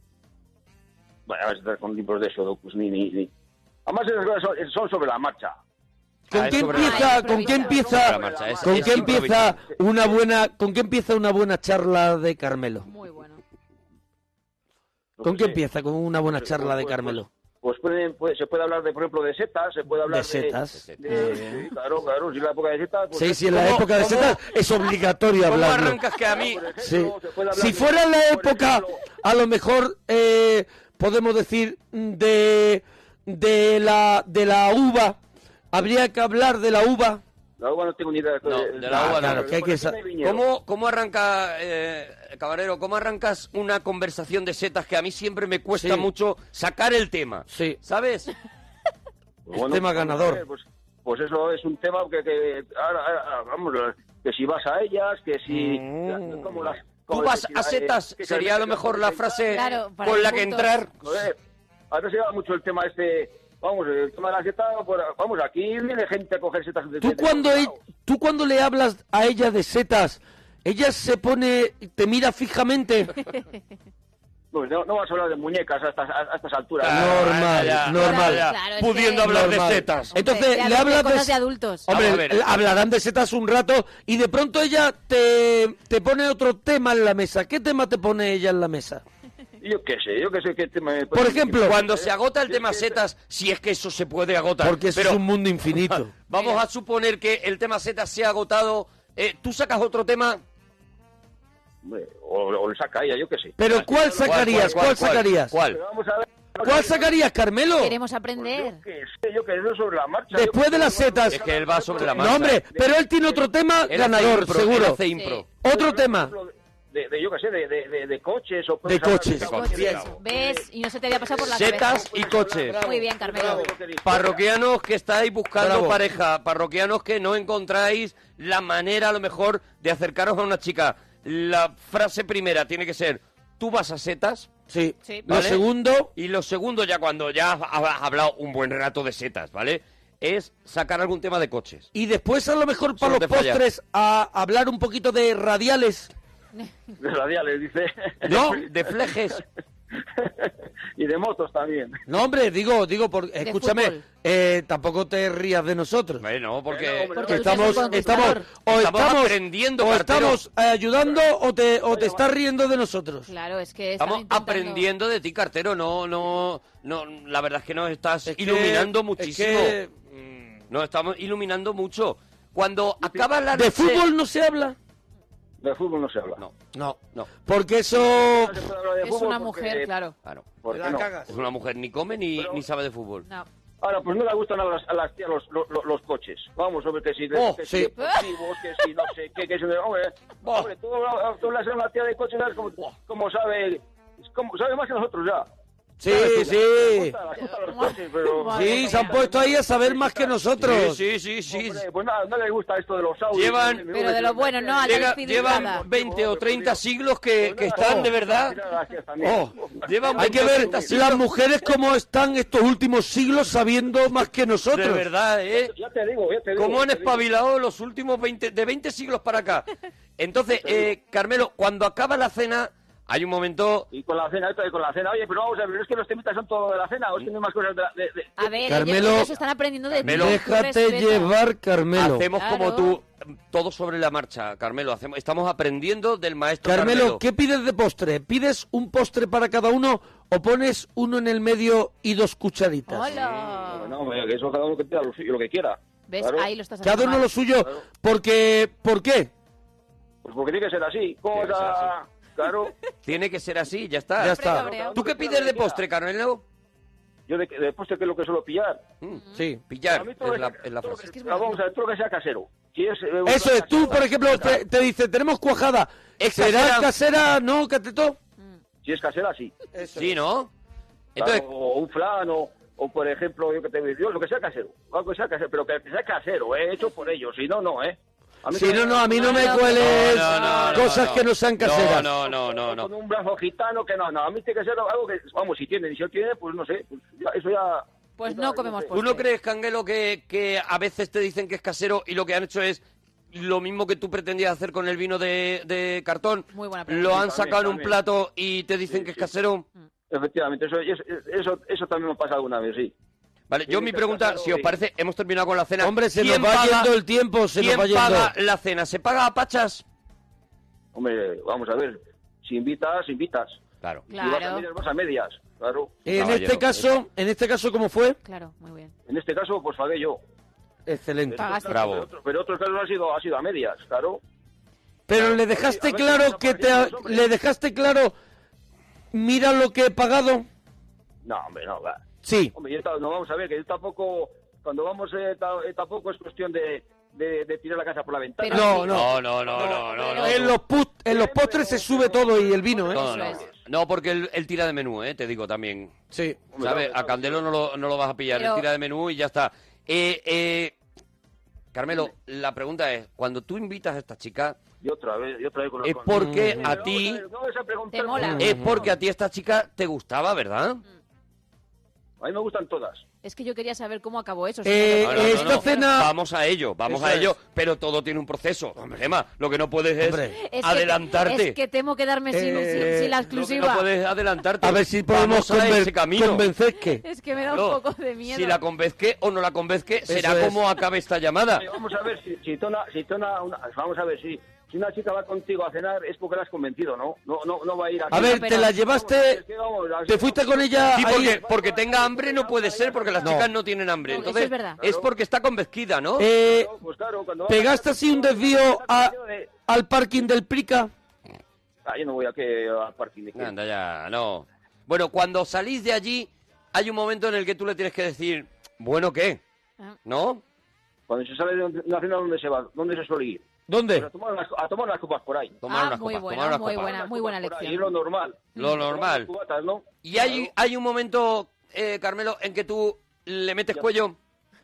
Bueno, vas a estar con libros de eso, pues ni, ni, ni. Además, esas cosas son, son sobre la marcha. ¿Con Ah, qué es sobre la empieza? marcha. ¿Con qué Ah, empieza? sobre la marcha, es- ¿Con es qué empieza improvisar. una buena? ¿Con qué empieza una buena charla de Carmelo? Muy bueno. No ¿Con sé. qué empieza con una buena Pues, charla de pues, Carmelo? Pues, pueden- puede- se puede hablar, de, por ejemplo, de setas, se puede hablar De setas. de... de- sí, claro, claro, si es la época de setas... Pues, Sí, sí, en la ¿Cómo- época de cómo- setas es obligatorio ¿Cómo hablarlo. arrancas que a mí... por ejemplo, Sí. se puede hablar Si de- fuera la por época, ejemplo, a lo mejor eh, podemos decir de de la de la uva, habría que hablar de la uva. La uva no tengo ni idea. No, de la uva no. Claro, que hay que sa- ¿Cómo, cómo arranca, eh, Caballero, cómo arrancas una conversación de setas que a mí siempre me cuesta Sí. mucho sacar el tema? Sí. ¿Sabes? Pues tema ganador. a ver, Pues, pues eso es un tema que, que ahora, ahora, vamos, que si vas a ellas, que si... Mm. como las, Tú como vas si- a eh, setas, que sería a lo que- mejor la frase Claro, para con los la que puntos. entrar. Joder, ahora se lleva mucho el tema este... Vamos, el tema de la seta, pues, vamos, aquí viene gente a coger setas... de- Tú de- de cuando todos e- lados. tú cuando le hablas a ella de setas, ella se pone, te mira fijamente. Pues no, no vas a hablar de muñecas a estas, a estas alturas. Ah, Normal, ya, normal. ya, Claro, es pudiendo que- hablar Normal. de setas. Entonces De- de le adultos, hablas cosas de de adultos. Hombre, Vamos a ver. hablarán de setas un rato y de pronto ella te, te pone otro tema en la mesa. ¿Qué tema te pone ella en la mesa? Yo qué sé, yo qué sé qué tema... me- Por ejemplo, Cuando se agota el tema setas, si es que eso se puede agotar. Porque eso Pero es un mundo infinito. vamos a suponer que el tema setas se ha agotado. Eh, ¿Tú sacas otro tema? Hombre, o, o le saca ella, yo qué sé. Pero ¿cuál sacarías? ¿Cuál sacarías? ¿Cuál? Pero vamos a ver... ¿Cuál sacarías, Carmelo? Queremos Pues aprender. yo qué sé, yo qué sé, sobre la marcha. Después yo- de las setas. Es que él va sobre la marcha. No, hombre, pero él tiene otro tema Él hace ganador, impro, él seguro. hace impro. Otro tema. De, de, yo qué sé, de, de, de, de coches o... De coches. De coches. Bien. ¿Ves? Y no se te había pasado por la Setas cabeza. y coches. Muy bien, Carmelo. Parroquianos que estáis buscando Bravo. pareja, parroquianos que no encontráis la manera a lo mejor de acercaros a una chica. La frase primera tiene que ser, tú vas a setas. Sí. Sí. Lo ¿Vale? segundo, Y lo segundo, ya cuando ya has has hablado un buen rato de setas, ¿vale? Es sacar algún tema de coches. y después a lo mejor para Solo los te falla. postres a hablar un poquito de radiales. De radiales, dice. ¿No? De flejes. Y de motos también. No, hombre, digo, digo, por, escúchame, fútbol. eh, tampoco te rías de nosotros. Bueno, porque... Bueno, hombre, Porque Que el que es un estamos, estamos, conquistador. o Estamos estamos, aprendiendo, o cartero. estamos eh, ayudando o te, o te estás riendo de nosotros. Claro, es que están Estamos intentando- aprendiendo de ti, cartero. No, no, no. La verdad es que nos estás Es que- iluminando es muchísimo. que- Nos estamos iluminando mucho. Cuando acaba la ¿De noche- fútbol no se habla? De fútbol no se habla. No, No, no. porque eso... No se puede hablar de Es fútbol una porque- mujer, claro. Claro. ¿por qué la no? cagas. Es una mujer ni come ni, Pero- ni sabe de fútbol. No. Ahora, pues no le gustan a las, a las tías los, los, los- los coches. Vamos, hombre, que si, Oh, que sí. si deportivos, que si no sé qué, que si... Hombre, hombre tú, tú le haces una tía de coches, ¿sabes? Como, como sabe... Como, sabe más que nosotros ya. Sí, ¿Sabes? sí. Las cosas, las cosas, los coches, pero... Sí, se han puesto ahí a saber más que nosotros. Sí, sí, sí, sí. Hombre, pues nada, no les gusta esto de los audios. Llevan- Pero de lo bueno, no, Llega- Alex llevan nada. veinte o treinta siglos que, que están de verdad. Oh, Llevan hay que veinte o ver treinta las siglos mujeres cómo están estos últimos siglos sabiendo más que de nosotros. verdad, ¿eh? Ya te digo, ya te digo. ¿Cómo han ya te digo. espabilado los últimos veinte, de veinte siglos para acá? Entonces, eh, Carmelo, cuando acaba la cena, hay un momento... Y con la cena, esto de con la cena, oye, pero vamos a ver, es que los temitas son todo de la cena, o es que no hay más cosas de... la- de, de- A ver, Carmelo, ellos, ellos están aprendiendo de ti. Carmelo, tú Déjate respeta. llevar, Carmelo. Hacemos Claro. como tú, todo sobre la marcha, Carmelo. Hacemos, estamos aprendiendo del maestro Carmelo. Carmelo, ¿qué pides de postre? ¿Pides un postre para cada uno o pones uno en el medio y dos cucharitas? Hola. Bueno, hombre, que eso cada uno que pida lo, suyo, lo que quiera. ¿Ves? Claro. Ahí lo estás haciendo Cada uno mal. lo suyo. Porque, ¿por qué? Pues porque tiene que ser así. ¿Cómo Tiene que vas ser a...? Claro, Tiene que ser así, ya está. Ya está. cabreado. ¿Tú qué pides de postre, Carmelo? yo de, de postre, ¿qué es lo que suelo pillar? Mm, Sí. Pillar, A mí todo es la, que- es la todo frase. que- vamos a ver, todo lo que sea casero. Si es, eh, Eso es, tú, casero, por ejemplo, te, te dice, tenemos cuajada. ¿Es ¿Será casera? casera? ¿No, Cateto? Si es casera, sí. Sí, ¿no? Claro, Entonces, o un flan, o, o por ejemplo, yo que te digo, lo que sea casero. Algo que sea casero, pero que sea casero, ¿eh? Hecho por ellos. Si no, no, ¿eh? A mí Si que- no, no, a mí no me No, cueles no, no, no, cosas no. que no sean caseras. No, no, no, no, Con no. un brazo gitano que no, no. A mí tiene que ser algo que, vamos, si tienen, y si no tienen, pues no sé. Pues ya- eso ya... Pues eso no ya- comemos sé. postre. ¿Tú no crees, Canguelo, que, que a veces te dicen que es casero y lo que han hecho es lo mismo que tú pretendías hacer con el vino de, de cartón? Muy buena pregunta. Lo han Sí, sacado en un también, plato y te dicen Sí, que es sí. casero. Efectivamente, eso, eso, eso, eso también me ha pasado alguna vez, sí. Vale, yo Sí, mi que pregunta, casero, si os sí. parece, hemos terminado con la cena. Hombre, se nos ¿Quién va paga- yendo el tiempo, se nos ¿Quién va yendo. paga la cena? ¿Se paga a pachas? Hombre, vamos a ver. Si invitas, invitas. Claro. Si vas a Claro, medias, vas a medias. Claro. En Caballero, este caso, en este caso, ¿cómo fue? claro, muy bien. En este caso, pues pagué yo. Excelente. Pagaste. Bravo. Pero, otro- pero otros casos ha sido, ha sido a medias, claro. Pero le dejaste a ver si claro nos que te ha- aparecemos, hombre. le dejaste claro, mira lo que he pagado. No, hombre, no, va. Sí. Hombre, yo ta- no vamos a ver, que yo tampoco, cuando vamos, eh, ta- eh, tampoco es cuestión de, de, de tirar la casa por la ventana. Pero No, sí. no. No, no, no, no, no. no, En tú- los put- en los postres se sube todo y el vino, ¿eh? No, no, Eso no, porque él, él tira de menú, ¿eh? Te digo también. Sí. Hombre, ¿Sabes? claro, A Candelo no lo, no lo vas a pillar, Pero- él tira de menú y ya está. Eh, eh, Carmelo, la pregunta es, cuando tú invitas a esta chica, Y otra vez, y otra vez con los es con- porque Pero a vamos ti, ver, no vais a preguntar- Te mola. es porque a ti esta chica te gustaba, ¿verdad? A mí me gustan todas. Es que yo quería saber cómo acabó eso. Eh, No, no, no, esta no. cena- Vamos a ello, vamos Eso a es. ello, pero todo tiene un proceso. Hombre, Gemma, lo que no puedes es Hombre. Es que- adelantarte. Es que temo quedarme sin, Eh, sin- sin la Lo que exclusiva. no puedes adelantarte. A ver si podemos Vamos a conven- ese camino. convencer que. Es que me da Claro, un poco de miedo. Si la convenzque o no la convenzque, será es. como acabe esta llamada. Oye, vamos a ver si, si tona, si tona una, vamos a ver si, si una chica va contigo a cenar es porque la has convencido, ¿no? No, no, no va a ir a... A ver, pero- te la Vamos, llevaste, es que vamos, así- te fuiste con ella Sí, ahí. porque, porque tenga hambre no puede ser, porque las No. chicas no tienen hambre. No, eso Entonces, es verdad. es porque está convencida, ¿no? Eh, Claro, pues claro, cuando va- ¿pegaste así un desvío a- de- al parking del Prica? Ah, yo no voy a que al parking de que- Anda ya, no. Bueno, cuando salís de allí, hay un momento en el que tú le tienes que decir, bueno, ¿qué? Ah. ¿No? Cuando se sale de una cena, ¿dónde se va? ¿Dónde se suele ir? ¿Dónde? Pues a, tomar unas, a tomar unas copas por ahí. Tomar Ah, unas muy copas, buena, tomar unas muy copas. buena. Unas muy buena copas por ahí, lección. Es lo normal. Lo normal. Tomar unas cubatas, ¿no? Y hay, Claro. hay un momento, eh, Carmelo, en que tú le metes Ya. cuello.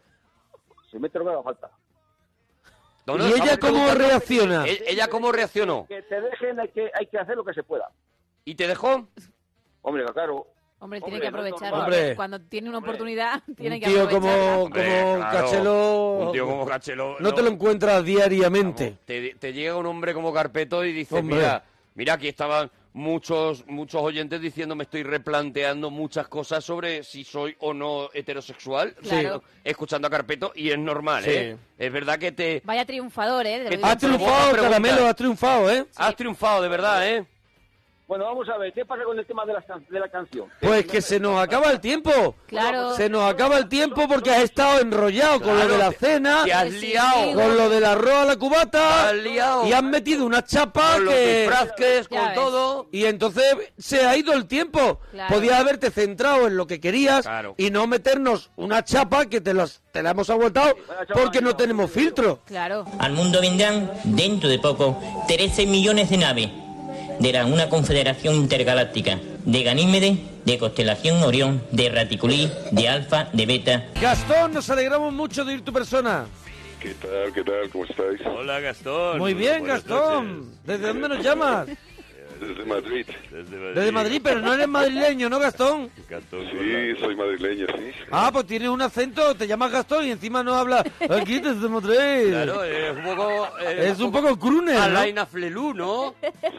Se mete lo que haga falta. No, no, ¿Y ella estamos cómo preguntando- reacciona? E- ¿Ella cómo reaccionó? Que te dejen, hay que, hay que hacer lo que se pueda. ¿Y te dejó? Hombre, claro. Hombre, tiene Hombre, que no es aprovechar. normal. Hombre. Cuando tiene una oportunidad, tiene Un que tío aprovecharla. como, Hombre, como claro. Cachelo Un tío como Cachelo. no te lo encuentras diariamente. Te, te llega un hombre como Carpeto y dice, Hombre. mira, mira, aquí estaban muchos muchos oyentes diciendo me estoy replanteando muchas cosas sobre si soy o no heterosexual. Claro. Escuchando a Carpeto y es normal, Sí. ¿eh? Es verdad que te Vaya triunfador, ¿eh? De lo Que digo Ha en serio. triunfado, pregunta. Caramelo, ha triunfado, ¿eh? has triunfado, de verdad, ¿eh? Bueno, vamos a ver, ¿qué pasa con el tema de la, can- de la canción? Pues que se nos acaba el tiempo. Claro. Se nos acaba el tiempo porque has estado enrollado con lo Claro, de la te- cena, te has Sí, sí, liado sí. con lo del arroz a la cubata, Has liado. y has metido una chapa con los que... disfrazques, Ya con ves. todo. Y entonces se ha ido el tiempo. Claro. Podías haberte centrado en lo que querías Claro. y no meternos una chapa que te, las, te la hemos aguantado porque no tenemos filtro. Claro. Al mundo vendrán, dentro de poco, trece millones de naves de la, una confederación intergaláctica. de Ganímedes, de constelación Orión, de Raticulí, de Alfa, de Beta. Gastón, nos alegramos mucho de ir tu persona. ¿Qué tal? ¿Qué tal? ¿Cómo estáis? Hola, Gastón. Muy bien, Buenas Gastón. noches. ¿Desde dónde nos llamas? Desde Madrid. Desde Madrid. Desde Madrid, pero no eres madrileño, ¿no, Gastón? Gastón, Sí, soy madrileño, sí. Ah, pues tienes un acento, te llamas Gastón y encima no hablas aquí desde Madrid. Claro, es un poco... eh, Es un poco crooner, ¿no? Alain Flelú, ¿no?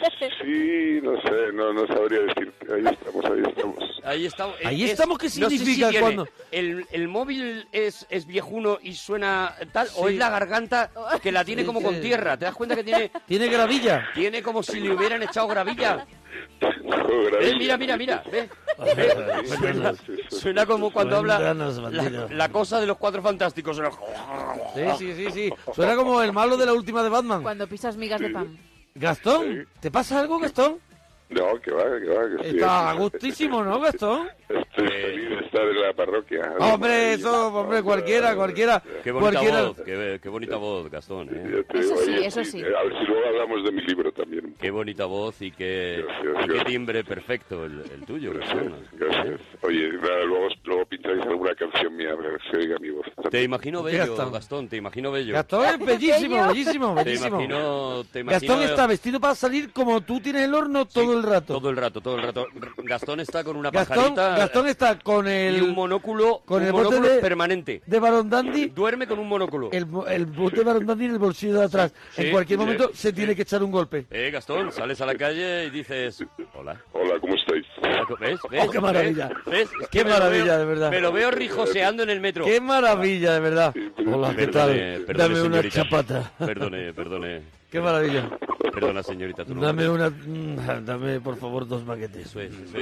Sí, no sé, no, no sabría decir. Ahí estamos, ahí estamos. Ahí estamos. Ahí Es- estamos, ¿qué no sé si significa viene, cuando- El, el móvil es, es viejuno y suena tal, o Sí. es la garganta que la tiene Sí, como sí. con tierra. ¿Te das cuenta que tiene, Tiene gravilla. tiene como si le hubieran echado gravilla? Joder, ¿Ves? ahí- Mira, mira, mira. ¿Ves? ¿Ves? Suena, suena como cuando habla Buenas, la, bandido. la cosa de los Cuatro Fantásticos. Suena- Sí, sí, sí, sí. Suena como el malo de la última de Batman. Cuando pisas migas de pan. Gastón, ¿te pasa algo, Gastón? No, que va, que va. Que estoy Está a aquí. gustísimo, ¿no, Gastón? Estoy feliz de estar en la parroquia. Hombre, eso, hombre, cualquiera, cualquiera. Qué bonita cualquiera. voz, qué, qué bonita voz, Gastón. ¿eh? Ya te Eso digo, sí, oye, eso sí. A ver si luego hablamos de mi libro también. Qué bonita voz y qué, Gracias, y qué gracias. timbre perfecto el, el tuyo, Gastón. Gracias. Oye, nada, luego, luego pincháis alguna canción mía, a ver si oiga mi voz. Te imagino bello, Gastón. Gastón, te imagino bello. Gastón es bellísimo, Bello. bellísimo, Te bellísimo. imagino, te imagino Gastón está vestido para salir como tú tienes el horno todo el rato. todo el rato, todo el rato. Gastón está con una Gastón, pajarita Gastón está con el y un monóculo, con un el bote monóculo de- permanente. de Barón Dandy, Duerme con un monóculo. el, bo- el bote de Barón Dandy en el bolsillo de atrás. Sí, en cualquier sí, momento sí. se tiene que echar un golpe. Eh, Gastón, sales a la calle y dices, hola. Hola, ¿cómo estáis? ¿Ves? ¿Ves? Oh, qué maravilla. ¿Ves? Es Qué que me lo maravilla, veo- de verdad. Me lo veo rijoseando en el metro. ¡Qué maravilla, de verdad! Hola, ¿qué tal? Perdone, perdone, Dame una señorita. chapata. Perdone, perdone. ¡Qué maravilla! Perdona, señorita. tu nombre. Dame una... mm, Dame, por favor, dos baguetes. Eso es, eso es.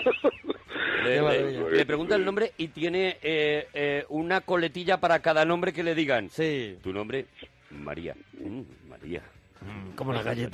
Qué Le, maravilla. le- le pregunta el nombre y tiene eh, eh, una coletilla para cada nombre que le digan. Sí, Tu nombre, María. Mm, María. como la galleta.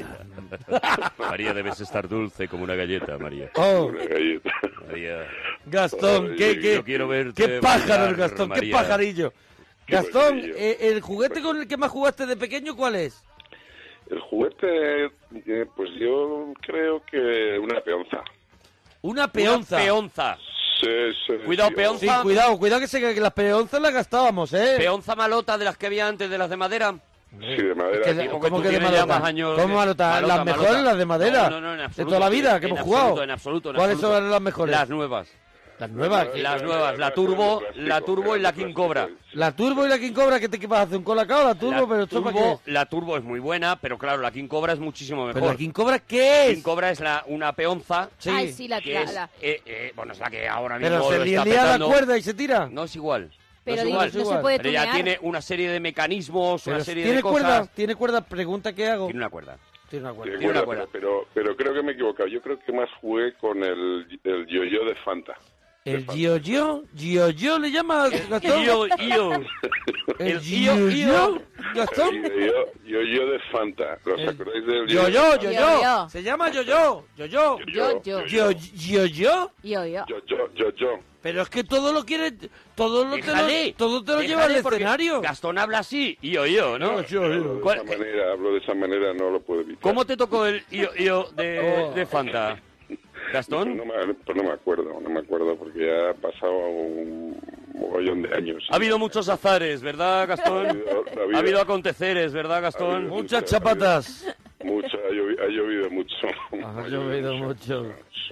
María, debes estar dulce como una galleta, María. ¡Oh! Una galleta. María. Gastón, qué, qué, Yo quiero verte qué pájaro el bailar, Gastón, qué María. pajarillo. Qué Gastón, pajarillo. eh, ¿el juguete con el que más jugaste de pequeño cuál es? El juguete, eh, pues yo creo que una peonza. Una peonza. Una peonza. Sí, sí, Cuidado, sí, peonza. Sí, cuidado, cuidado que, se, que las peonzas las gastábamos, ¿eh? Peonza malota de las que había antes, de las de madera. Sí, de madera. Que- sí. porque ¿Cómo tú que de tienes ya malota? más años ¿Cómo que- malota? malota, Las malota. mejores, las de madera. No, no, no, en De absoluto. toda la vida que En hemos absoluto, jugado. En absoluto, en ¿Cuáles absoluto. son las mejores? Las nuevas. Las nuevas. Las nuevas, la Turbo, la Turbo y la King Cobra. La Turbo y la King Cobra, ¿qué te qué vas a hacer? ¿Un colacao? La Turbo, La pero esto para Turbo, qué. la Turbo es muy buena, pero claro, la King Cobra es muchísimo mejor. ¿Pero la King Cobra qué King es? Cobra es la, una peonza. Sí. Ay, sí, la, que la- es, la- eh, eh, bueno, es la que ahora mismo Pero se lo le está lía la petando. cuerda y se tira. No es igual. Pero no es digo, igual. no se igual. puede Pero ya tunear. tiene una serie de mecanismos, Pero una serie ¿Tiene de cosas. cuerda? ¿Tiene cuerda? Pregunta que hago. Tiene una cuerda. Tiene una Sí, cuerda. Tiene una bueno, cuerda. pero, pero creo que me he equivocado. Yo creo que más jugué con el, el yo-yo de Fanta. ¿El Gio-Yo? ¿Gio-Yo le llama Gastón? Io, io. ¿El el Gio, Gio-Yo? Io. ¿Gastón? Yo-yo yo de Fanta. ¿Os El- acordáis del Yo-Yo, Yo-yo. Yo-Yo. Se llama Yo-Yo. Yo-Yo. Yo, yo. Gio- ¿Gio-Yo? Yo, yo. Yo-yo, yo-yo. Pero es que todo lo quiere, todo lo te Déjale, lo, todo te lo déjale, lleva al porque escenario. Gastón habla así, io, io, ¿no? Yo, yo. Hablo de ¿Cuál- esa manera, hablo de esa manera, no lo puedo evitar. ¿Cómo te tocó el io, io de, Oh. de Fanta? ¿Gastón? No me, pues no me acuerdo, no me acuerdo porque ya ha pasado un mogollón de años. Ha habido muchos azares, ¿verdad, Gastón? Ha habido- ha habido- Ha habido acontececeres, ¿verdad, ha Gastón? habido- Muchas chapatas. Mucho, ha llovido, ha llovido mucho. Ha llovido mucho. Sí.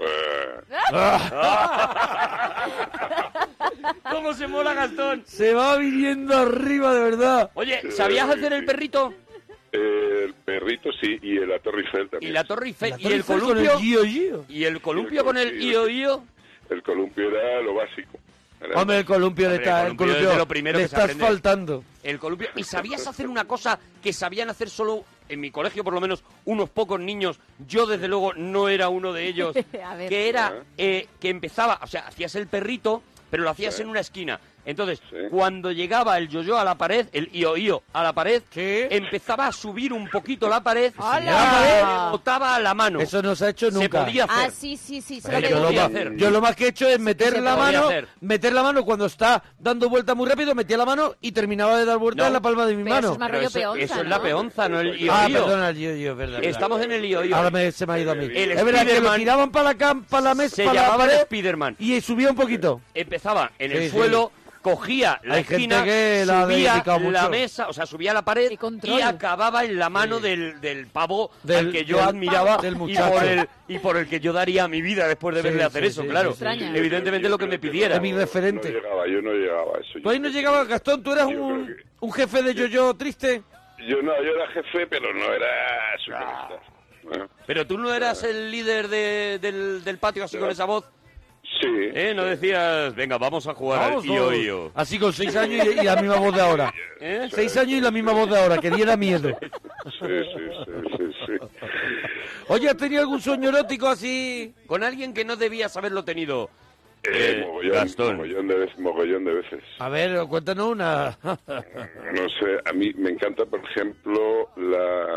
¿Cómo se mola, Gastón? Se va viniendo arriba, de verdad. Oye, ¿sabías hacer el perrito? El perrito sí, y la Torre Eiffel Y también. la Torre Eiffel, La y Torre el Eiffel con columpio. el Gio-Gio. Y el columpio con el io, io. El columpio era lo básico. Era- Hombre, el columpio le Hombre, está, el el columpio es columpio de lo primero le que se estás aprende. faltando. El columpio. ¿Y sabías hacer una cosa que sabían hacer solo, en mi colegio por lo menos, unos pocos niños? Yo, desde luego, no era uno de ellos. A ver. Que era eh, que empezaba, o sea, hacías el perrito, pero lo hacías en una esquina. Entonces, Sí. cuando llegaba el yo-yo a la pared, el io-io a la pared, Sí. empezaba a subir un poquito la pared, ¡Hala! y la pared botaba a la mano. Eso no se ha hecho se nunca. podía hacer. Ah, sí, sí, sí. se Pero lo yo yo, lo podía más, hacer. yo lo más que he hecho es meter se la podía mano, hacer. meter la mano cuando está dando vuelta muy rápido, metía la mano y terminaba de dar vuelta No. en la palma de mi Pero mano. eso es más Pero rollo eso, peonza, eso es ¿no? la peonza, no el io-io. Ah, perdona, yo, yo, verdad. verdad. Estamos en el io-io. Ahora me, se me ha ido a mí. El es verdad que lo Spiderman tiraban para la, cam- para la mesa, se para la llamaba el pared Spiderman. y subía un poquito. Empezaba en el Sí, sí. suelo, cogía la Hay esquina, gente que la ha subía dedicado la mucho. mesa, o sea, subía la pared Qué control. y acababa en la mano del, del pavo Del- al que yo del- admiraba del y, muchacho. por el, y por el que yo daría mi vida después de Sí, verle hacer sí, eso, sí, claro. sí, sí. Extraña. Evidentemente lo que me pidiera. Es mi referente. No llegaba, yo no llegaba a eso. Tú ahí no llegabas, Gastón, tú eras Yo un, creo que- un jefe de yo-yo triste. Yo no, yo era jefe, pero no era superstar. Bueno, Pero tú no eras el líder de- del, del patio así con esa voz, sí. ¿eh? No decías, venga, vamos a jugar Vamos, al io-io. así con seis años y, y la misma voz de ahora. ¿Eh? Seis años y la misma voz de ahora, que diera miedo. Sí, sí, sí, sí, sí. Oye, ¿has tenido algún sueño erótico así? Con alguien que no debías haberlo tenido. Eh, Eh, mogollón, Gastón. mogollón de veces, mogollón de veces. A ver, cuéntanos una. No sé, a mí me encanta, por ejemplo, la...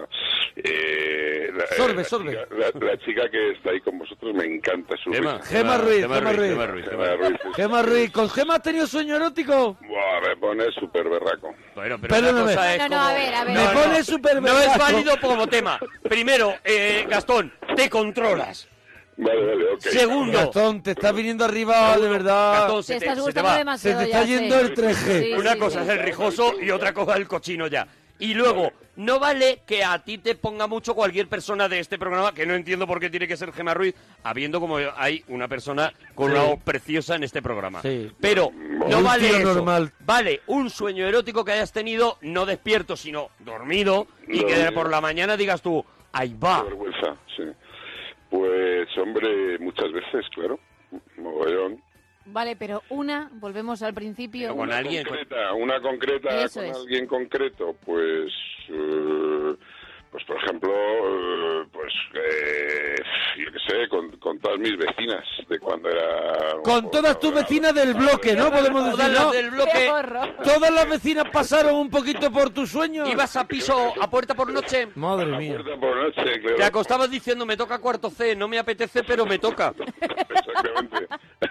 Eh, la Sorbe, eh, la sorbe. chica- La, la chica que está ahí con vosotros me encanta su Gema, risa. Gema Ruiz, Gema Gema Ruiz. Gema Ruiz, Gema Gema Ruiz. Ruiz, sí. Gema Ruiz, ¿con Gema has tenido sueño erótico? Buah, me pone súper berraco. Bueno, pero Perdóname. una cosa es No, no, como- a ver, a ver. Me No, no. pone súper No es berraco. válido como tema. Primero, eh, Gastón, te controlas. Vale, vale, ok. Segundo, Gastón, te estás viniendo arriba, de verdad. Gastón, Te se te, estás se te gustando va. Se demasiado. te está ya yendo sé. el tres G. Sí, Una sí, cosa sí. es el rijoso y otra cosa el cochino ya. Y luego, no vale que a ti te ponga mucho cualquier persona de este programa, que no entiendo por qué tiene que ser Gema Ruiz, habiendo como hay una persona con Sí. una voz preciosa en este programa. Sí. Pero no Un vale tío eso. normal. Vale un sueño erótico que hayas tenido no despierto, sino dormido, y que Dormido. por la mañana digas tú, ahí Qué va. vergüenza, sí. Pues, hombre, muchas veces, claro. Mogollón. Vale, pero una, volvemos al principio. Pero con Una alguien, concreta, una concreta Eso con es. alguien concreto, pues, eh, pues por ejemplo, eh, pues, eh, yo qué sé, con, con todas mis vecinas de cuando era... Con todas tus vecinas del bloque, ¿no? Podemos Todas decir, las ¿no? del ¡Qué bloque, horror! Todas las vecinas pasaron un poquito por tus sueños. ibas a piso, a puerta por noche. Madre A la mía. puerta por noche, claro. Te acostabas diciendo, me toca cuarto C, no me apetece, pero me toca. Exactamente.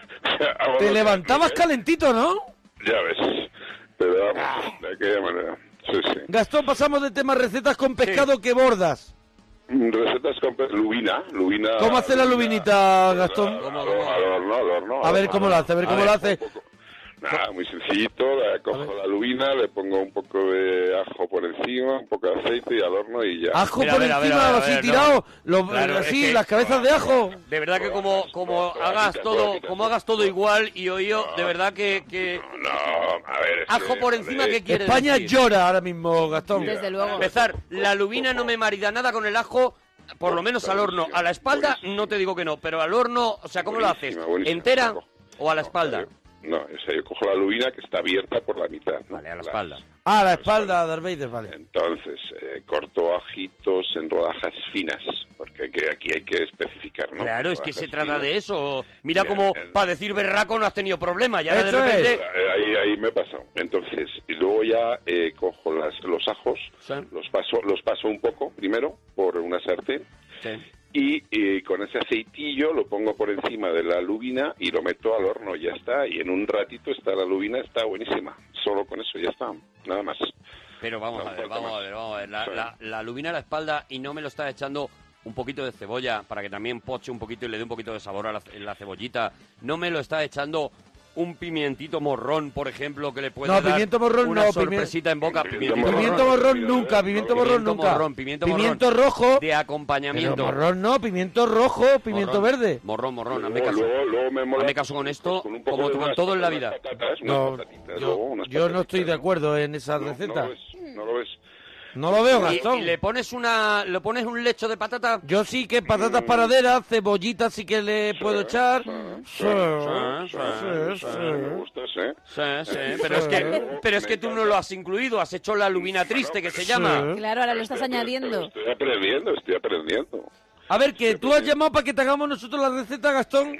Hago Te lo que- levantabas calentito, ¿no? Ya ves. Pero vamos, de aquella manera. Sí, sí. Gastón, pasamos de temas recetas con pescado que bordas. Mm, Recetas con pe- lubina, lubina... ¿Cómo hace la lubinita, Gastón? ¿Cómo, cómo? Al horno, al horno. A ver al cómo horno. lo hace, a ver cómo ver, lo hace. Un poco. Nada, muy sencillito, la cojo la lubina, le pongo un poco de ajo por encima, un poco de aceite y al horno y ya. Ajo Mira, por a ver, a ver, encima, a ver, así a ver, tirado, no. lo- Claro, así, es que- las cabezas de ajo. De verdad que como, como hagas todo, como hagas todo igual y oío, de verdad que, que No, a ver... es ajo que, por encima, joder, ¿qué quiere España decir? llora ahora mismo, Gastón. Desde Para luego. empezar, la lubina no me marida nada con el ajo, por lo menos al horno. A la espalda no te digo que no, pero al horno, o sea, ¿cómo lo haces? Buenísima, buenísima. ¿Entera No, o a la no, espalda? yo- No, o sea, yo cojo la lubina que está abierta por la mitad. ¿no? Vale, a la espalda. Ah, la espalda, Darth Vader, vale. Entonces, eh, corto ajitos en rodajas finas, porque hay que- aquí hay que especificar, ¿no? Claro, es que Rodajas se trata finas. de eso. Mira Bien, cómo bien. para decir berraco no has tenido problema. Ya de Eso es. repente... Eh, Ahí, ahí me he pasado. Entonces, y luego ya eh, cojo las, los ajos, Sí. los paso, los paso un poco primero por una sartén Sí. y eh, con ese aceitillo lo pongo por encima de la lubina y lo meto al horno, ya está. Y en un ratito está la lubina, está buenísima. Solo con eso ya está, nada más. Pero vamos No a ver, falta vamos a más. ver, vamos a ver. La, Sí. la, la lubina a la espalda y no me lo estás echando un poquito de cebolla para que también poche un poquito y le dé un poquito de sabor a la, la cebollita. No me lo estás echando un pimientito morrón, por ejemplo, que le puede No, dar pimiento morrón una no, sorpresita en boca. Pimiento Pimiento, Pimiento morrón. morrón nunca, pimiento morrón Pimiento nunca. morrón, pimiento Pimiento morrón. rojo. De Pero acompañamiento. morrón no, pimiento rojo, pimiento Morrón. verde. Morrón, morrón, hazme Luego, caso. luego, luego me mola, Hazme caso con esto, con un poco como de con unas- todo en la unas vida. patatas, unas No, patatitas, yo, luego unas yo no estoy de patatitas. acuerdo en esa No, receta. No lo ves, no lo ves. No lo veo, Y, Gastón. y le pones una, le pones un lecho de patata. Yo sí que patatas paraderas, cebollitas sí que le puedo echar. Sí, sí, sí, Me sí. gustas, ¿eh? Sí, sí, pero es que, pero es que tú no lo has incluido, has hecho la lubina triste que se llama. Claro, ahora lo estás añadiendo. Estoy aprendiendo, estoy aprendiendo. A ver, que tú has llamado para que te hagamos nosotros la receta, Gastón.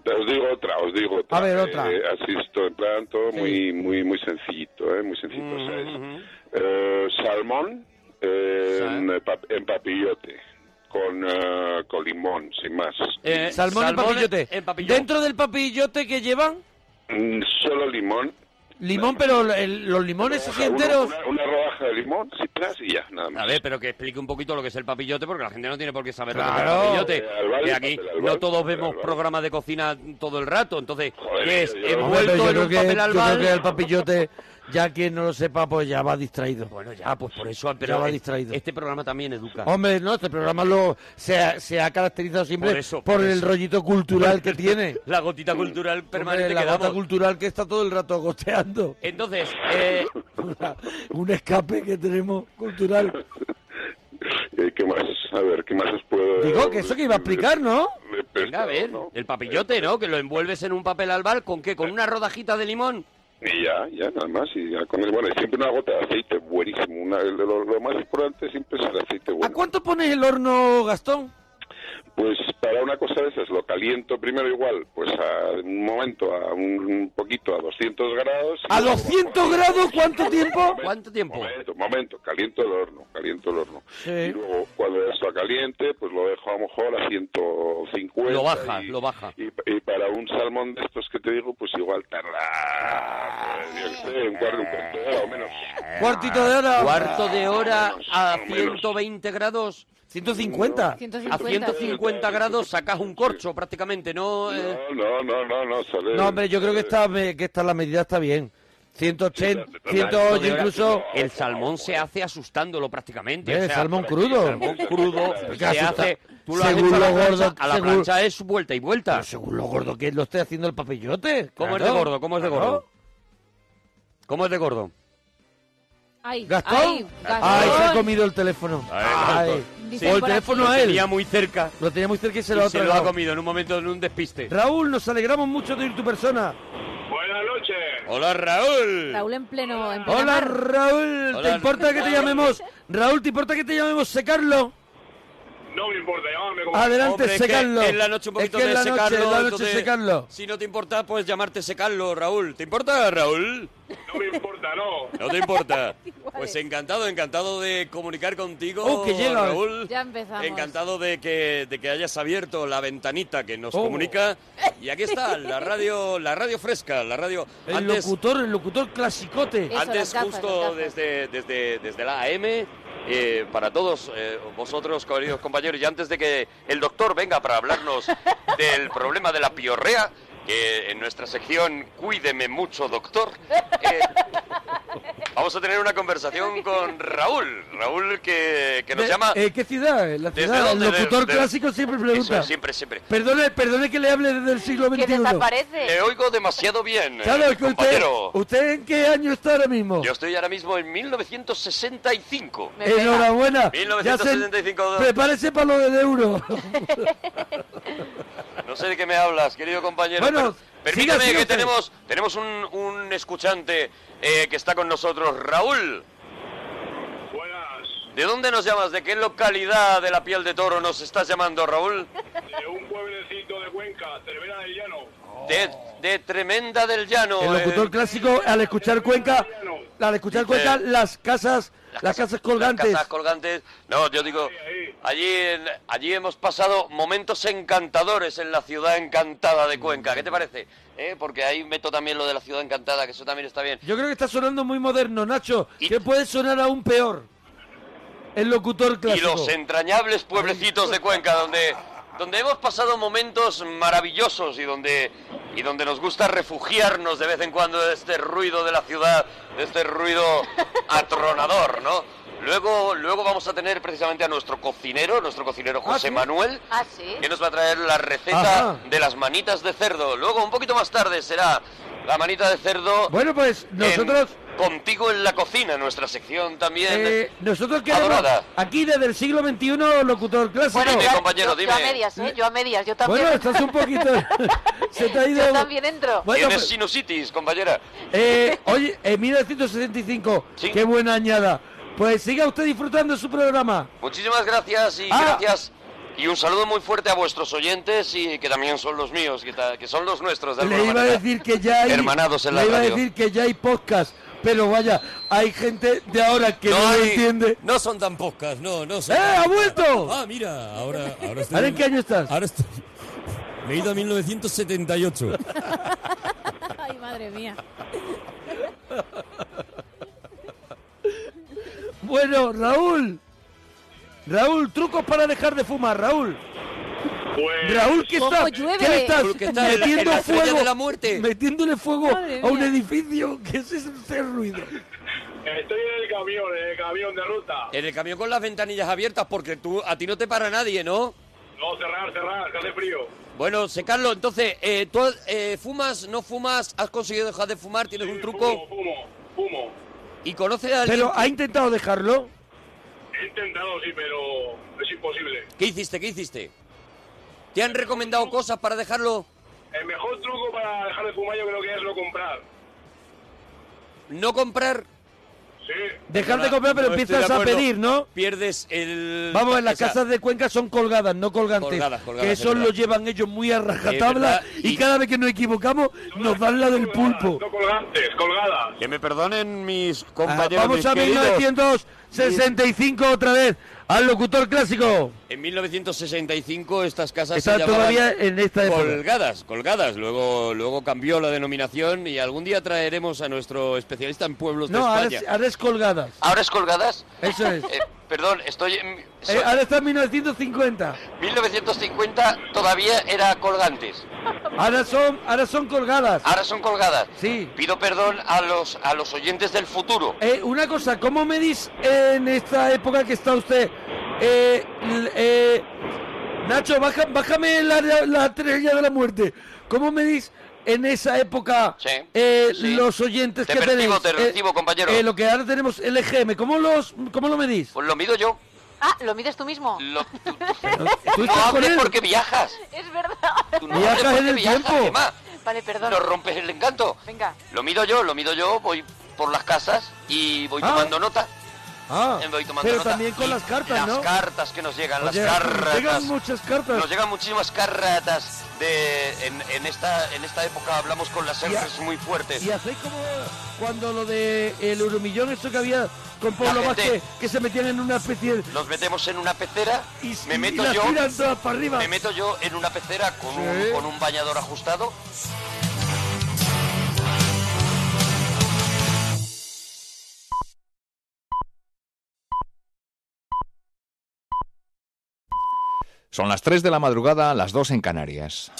Os digo otra, os digo otra. A ver, otra. Eh, asisto en plan todo Sí. muy, muy, muy sencillito, ¿eh? Muy sencillito. Ujú, o sea, es, ujú. eh, salmón eh, Sí. en, pap- en papillote, con, eh, con limón, sin más. Eh, Salmón, en papillote. en papillote. Dentro del papillote que llevan Mm, Solo limón. limón, pero el- los limones así Rodaja, uno- enteros. Una, una rodaja de limón, sin plas y ya, nada más. A ver, pero que explique un poquito lo que es el papillote, porque la gente no tiene por qué saber lo Claro. que es el papillote. Eh, albal, Que aquí papel albal, no todos papel vemos albal. programas de cocina todo el rato, entonces, Joder, ¿qué es? yo- Hombre, Envuelto pero yo en creo un que, papel yo creo albal. que el papillote, ya quien no lo sepa, pues ya va distraído. Bueno, ya, pues por eso, Ya pero va es- distraído. este programa también educa. Hombre, no, este programa lo, se, ha, se ha caracterizado siempre Por por, eso, por el eso. rollito cultural que tiene. La gotita cultural permanente Hombre, la que gota damos. cultural que está todo el rato goteando. Entonces, eh, Una- un escape que tenemos cultural. Eh, ¿Qué más? A ver, ¿qué más os puedo...? Digo que eso que iba a explicar, ¿no? De venga, a pescado, ver, ¿no? el papillote, ¿no? Que lo envuelves en un papel albal, ¿con qué? ¿Con una rodajita de limón? Y ya, ya, nada más. Y ya con el, bueno, y siempre una gota de aceite, buenísimo. Una, lo, lo más importante siempre es el aceite ¿A bueno. cuánto pones el horno, Gastón? Pues para una cosa de esas lo caliento primero igual, pues a un momento, a un poquito, a doscientos grados. y ¿A luego doscientos bajo- grados cuánto tiempo? ¿Cuánto tiempo? Momento, momento, caliento el horno, caliento el horno. Sí. Y luego cuando ya está caliente, pues lo dejo a lo mejor a ciento cincuenta. Lo baja, y- lo baja. Y, y para un salmón de estos que te digo, pues igual tarda, pues, yo qué sé, un cuarto, un cuarto de hora o menos. Cuartito de hora. Cuarto de hora a Menos. ciento veinte grados. ciento cincuenta. ciento A cincuenta. ciento cincuenta grados sacas un corcho prácticamente, ¿no? Eh, No, no, no, no, no, sale- No, hombre, yo creo que esta, me- que esta la medida está bien. ciento ochenta, cuarto ciento de ocho hora. incluso. El salmón se hace asustándolo prácticamente. Eh, o sea, salmón crudo. salmón crudo Porque se asusta. hace... Tú lo has Según hecho a la lo plancha, gordo- a la según- plancha es vuelta y vuelta. Pero según lo gordo que es, lo esté haciendo el papillote. ¿Cómo es Claro, de gordo? ¿Cómo es de claro. gordo? ¿Cómo es de gordo? Ay, ¿Gastón? ay, Gastón. Ay, se ha comido el teléfono. Ay, Ay. Gastón. Dicen O el por teléfono aquí. a Lo él. tenía muy cerca Lo tenía muy cerca y se y lo ha se lo ha tragado. comido en un momento, en un despiste. Raúl, nos alegramos mucho de oír tu persona. Buenas noches. ¡Hola, Raúl! Raúl en pleno, en plena Hola, mar. Raúl. Hola. ¿Te importa que te llamemos? Raúl, ¿te importa que te llamemos Secarlo? No me importa, llamarme como... Adelante, Hombre, es que Secarlo. en la noche un poquito es que de en la noche, secarlo. en la noche entonces, secarlo. Si no te importa, pues llamarte secarlo, Raúl. ¿Te importa, Raúl? No me importa, no. No te importa. Iguales. Pues encantado, encantado de comunicar contigo, Oh, que llega. Raúl. Ya empezamos. Encantado de que, de que hayas abierto la ventanita que nos Oh. comunica. Y aquí está, la radio, la radio fresca, la radio. El Antes, locutor, el locutor clasicote. Eso, antes las gafas, justo las gafas. desde, desde, desde la A M, eh, para todos eh, vosotros, queridos compañeros, y antes de que el doctor venga para hablarnos del problema de la piorrea, que en nuestra sección Cuídeme mucho, doctor, eh, vamos a tener una conversación con Raúl. Raúl que, que nos De- llama... eh, ¿Qué ciudad? La ¿Desde ciudad. dónde? El locutor De- de- clásico siempre Eso pregunta. es, siempre, siempre. Perdone, perdone que le hable desde el siglo Que veintiuno. desaparece. Le oigo demasiado bien, eh, Claro, es que usted, compañero. ¿usted en qué año está ahora mismo? Yo estoy ahora mismo en mil novecientos sesenta y cinco. Me pega. Enhorabuena. mil novecientos sesenta y cinco. Ya se- prepárese para lo del euro. No sé de qué me hablas, querido compañero. Bueno, pero siga, permítame siga que usted. tenemos, tenemos un, un escuchante eh, que está con nosotros. Raúl, Buenas. ¿de dónde nos llamas? ¿De qué localidad de la piel de toro nos estás llamando, Raúl? De un pueblecito de Cuenca, Cervera del Llano. De, de Tremenda del Llano. El locutor eh, clásico, al escuchar Cuenca, al escuchar Cuenca, Dice- las casas, las casas colgantes. Las casas colgantes. No, yo digo, allí, en- allí hemos pasado momentos encantadores en la ciudad encantada de Cuenca. ¿Qué te parece? ¿Eh? Porque ahí meto también lo de la ciudad encantada, que eso también está bien. Yo creo que está sonando muy moderno, Nacho. Y- Que puede sonar aún peor. El locutor Y clásico. los entrañables pueblecitos de Cuenca, donde, donde hemos pasado momentos maravillosos y donde, y donde nos gusta refugiarnos de vez en cuando de este ruido de la ciudad, de este ruido atronador, ¿no? Luego, luego vamos a tener precisamente a nuestro cocinero, nuestro cocinero José ¿sí? Manuel, Ah, sí. que nos va a traer la receta Ajá. de las manitas de cerdo. Luego, un poquito más tarde, será la manita de cerdo. Bueno, pues en nosotros, Contigo en la cocina, nuestra sección también. eh, nosotros queremos Adorada. aquí desde el siglo veintiuno, locutor clásico. Bueno, Dime, ya- compañero, yo, yo a dime. medias, ¿eh? Yo a medias, yo también. Bueno, estás un poquito... se te ha ido... Yo también entro. Bueno, Tienes pues, sinusitis, compañera. eh, oye, en mil novecientos sesenta y cinco, Sí. qué buena añada. Pues siga usted disfrutando de su programa. Muchísimas gracias y Ah. gracias Y un saludo muy fuerte a vuestros oyentes y que también son los míos, que, ta- que son los nuestros. De Le alguna iba a manera. decir que ya hay... Hermanados en la le iba a radio. decir que ya hay podcast, pero vaya, hay gente de ahora que no, No lo hay- entiende. No son tan pocas, no, no son. ¡Eh, tan ha pocas. vuelto! Ah, mira, ahora, ahora estoy. ¿Ahora en qué año estás? Ahora estoy. Me he ido a mil novecientos setenta y ocho. Ay, madre mía. Bueno, Raúl. Raúl, trucos para dejar de fumar, Raúl. Pues... Raúl, ¿qué ¿Cómo está? llueve? ¿Qué le estás Raúl, ¿qué está? En la- metiendo en la estrella fuego? de la muerte. Metiéndole fuego Madre a un mía. edificio. ¿Qué es ese ruido? Estoy en el camión, en el camión de ruta. En el camión con las ventanillas abiertas porque tú a ti no te para nadie, ¿no? No, cerrar, cerrar, que hace frío. Bueno, sé, Carlos, entonces, eh, ¿tú eh, fumas, no fumas? ¿Has conseguido dejar de fumar? ¿Tienes un truco? Fumo, fumo, fumo. ¿Y conoces a alguien? Pero ha intentado dejarlo. He intentado, sí, pero es imposible. ¿Qué hiciste? ¿Qué hiciste? ¿Te han recomendado cosas para dejarlo? El mejor truco para dejar de fumar yo creo que es no comprar. No comprar. Sí. Dejar de Ahora, comprar, pero no estoy empiezas de a acuerdo. pedir, ¿no? Pierdes el... Vamos, en las esa- casas de Cuenca son colgadas, no colgantes. Colgadas, colgadas, que es eso verdad. lo llevan ellos muy a rajatabla verdad, y, y- cada vez que nos equivocamos nos dan la del pulpo. No colgantes, colgadas. Que me perdonen mis Ah, compañeros, vamos mis a queridos. mil novecientos sesenta y cinco otra vez, al locutor clásico. En mil novecientos sesenta y cinco estas casas Está se llamaban todavía en esta época. colgadas, colgadas. Luego, luego cambió la denominación y algún día traeremos a nuestro especialista en pueblos No, de ahora España. es, ahora es colgadas. ¿Ahora es colgadas? Eso es. Eh, perdón, estoy en... soy- Eh, ahora está en mil novecientos cincuenta. mil novecientos cincuenta todavía era colgantes. Ahora son, ahora son colgadas. Ahora son colgadas. Sí. Pido perdón a los, a los oyentes del futuro. Eh, una cosa, ¿cómo medís en esta época que está usted? Eh, l- eh, Nacho, baja, bájame la, la estrella de la muerte. ¿Cómo medís en esa época Sí, eh, sí. los oyentes Te que percibo, tenéis? te Eh, recibo, compañero. eh, lo que ahora tenemos, el E G M, ¿cómo, los, cómo lo medís? Pues lo mido yo. Ah, ¿lo mides tú mismo? Lo- tú, ¿Tú no estás con hables él? porque viajas. Es verdad. Tú no Viajas hables en porque el viajas, tiempo. Gemma. Vale, perdón. No rompes el encanto. Venga. Lo mido yo, lo mido yo, voy por las casas y voy Ah. tomando nota. Ah, Eh, voy tomando pero nota. también con Y las cartas, las ¿no? cartas que nos llegan, Oye, las nos cartas. llegan muchas cartas. Nos llegan muchísimas cartas de en, en esta en esta época hablamos con las Y a- R's muy fuertes. Y hacéis como cuando lo de el euromillón, eso que había con Pablo La gente- Vázquez, que se metían en una especie de... Nos metemos en una pecera, Y, me y meto las yo, tiran todas para arriba. me meto yo en una pecera con, Sí. un, con un bañador ajustado. Son las tres de la madrugada, las dos en Canarias.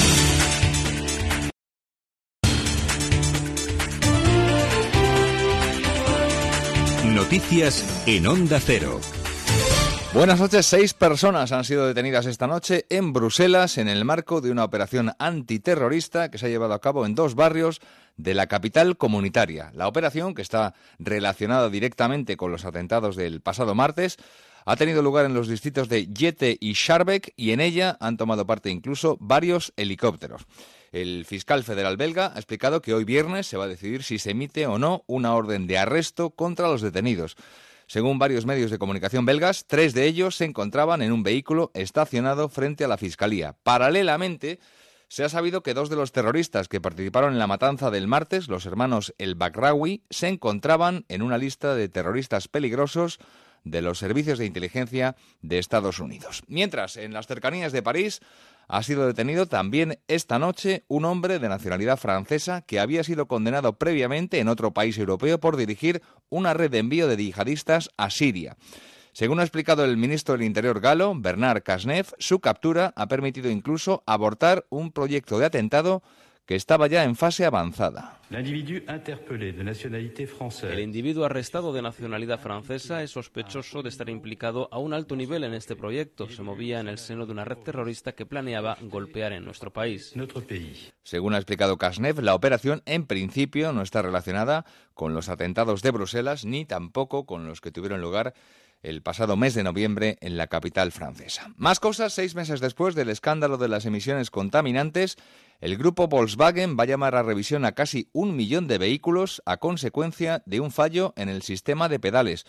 Noticias en Onda Cero. Buenas noches. Seis personas han sido detenidas esta noche en Bruselas en el marco de una operación antiterrorista que se ha llevado a cabo en dos barrios de la capital comunitaria. La operación, que está relacionada directamente con los atentados del pasado martes, ha tenido lugar en los distritos de Jette y Schaerbeek y en ella han tomado parte incluso varios helicópteros. El fiscal federal belga ha explicado que hoy viernes se va a decidir si se emite o no una orden de arresto contra los detenidos. Según varios medios de comunicación belgas, tres de ellos se encontraban en un vehículo estacionado frente a la Fiscalía. Paralelamente, se ha sabido que dos de los terroristas que participaron en la matanza del martes, los hermanos El Bakraoui, se encontraban en una lista de terroristas peligrosos de los servicios de inteligencia de Estados Unidos. Mientras, en las cercanías de París, ha sido detenido también esta noche un hombre de nacionalidad francesa que había sido condenado previamente en otro país europeo por dirigir una red de envío de yihadistas a Siria. Según ha explicado el ministro del Interior galo, Bernard Cazeneuve, su captura ha permitido incluso abortar un proyecto de atentado que estaba ya en fase avanzada. El individuo arrestado de nacionalidad francesa es sospechoso de estar implicado a un alto nivel en este proyecto. Se movía en el seno de una red terrorista que planeaba golpear en nuestro país. Según ha explicado Cazeneuve, la operación en principio no está relacionada con los atentados de Bruselas ni tampoco con los que tuvieron lugar el pasado mes de noviembre en la capital francesa. Más cosas, seis meses después del escándalo de las emisiones contaminantes, el grupo Volkswagen va a llamar a revisión a casi un millón de vehículos a consecuencia de un fallo en el sistema de pedales.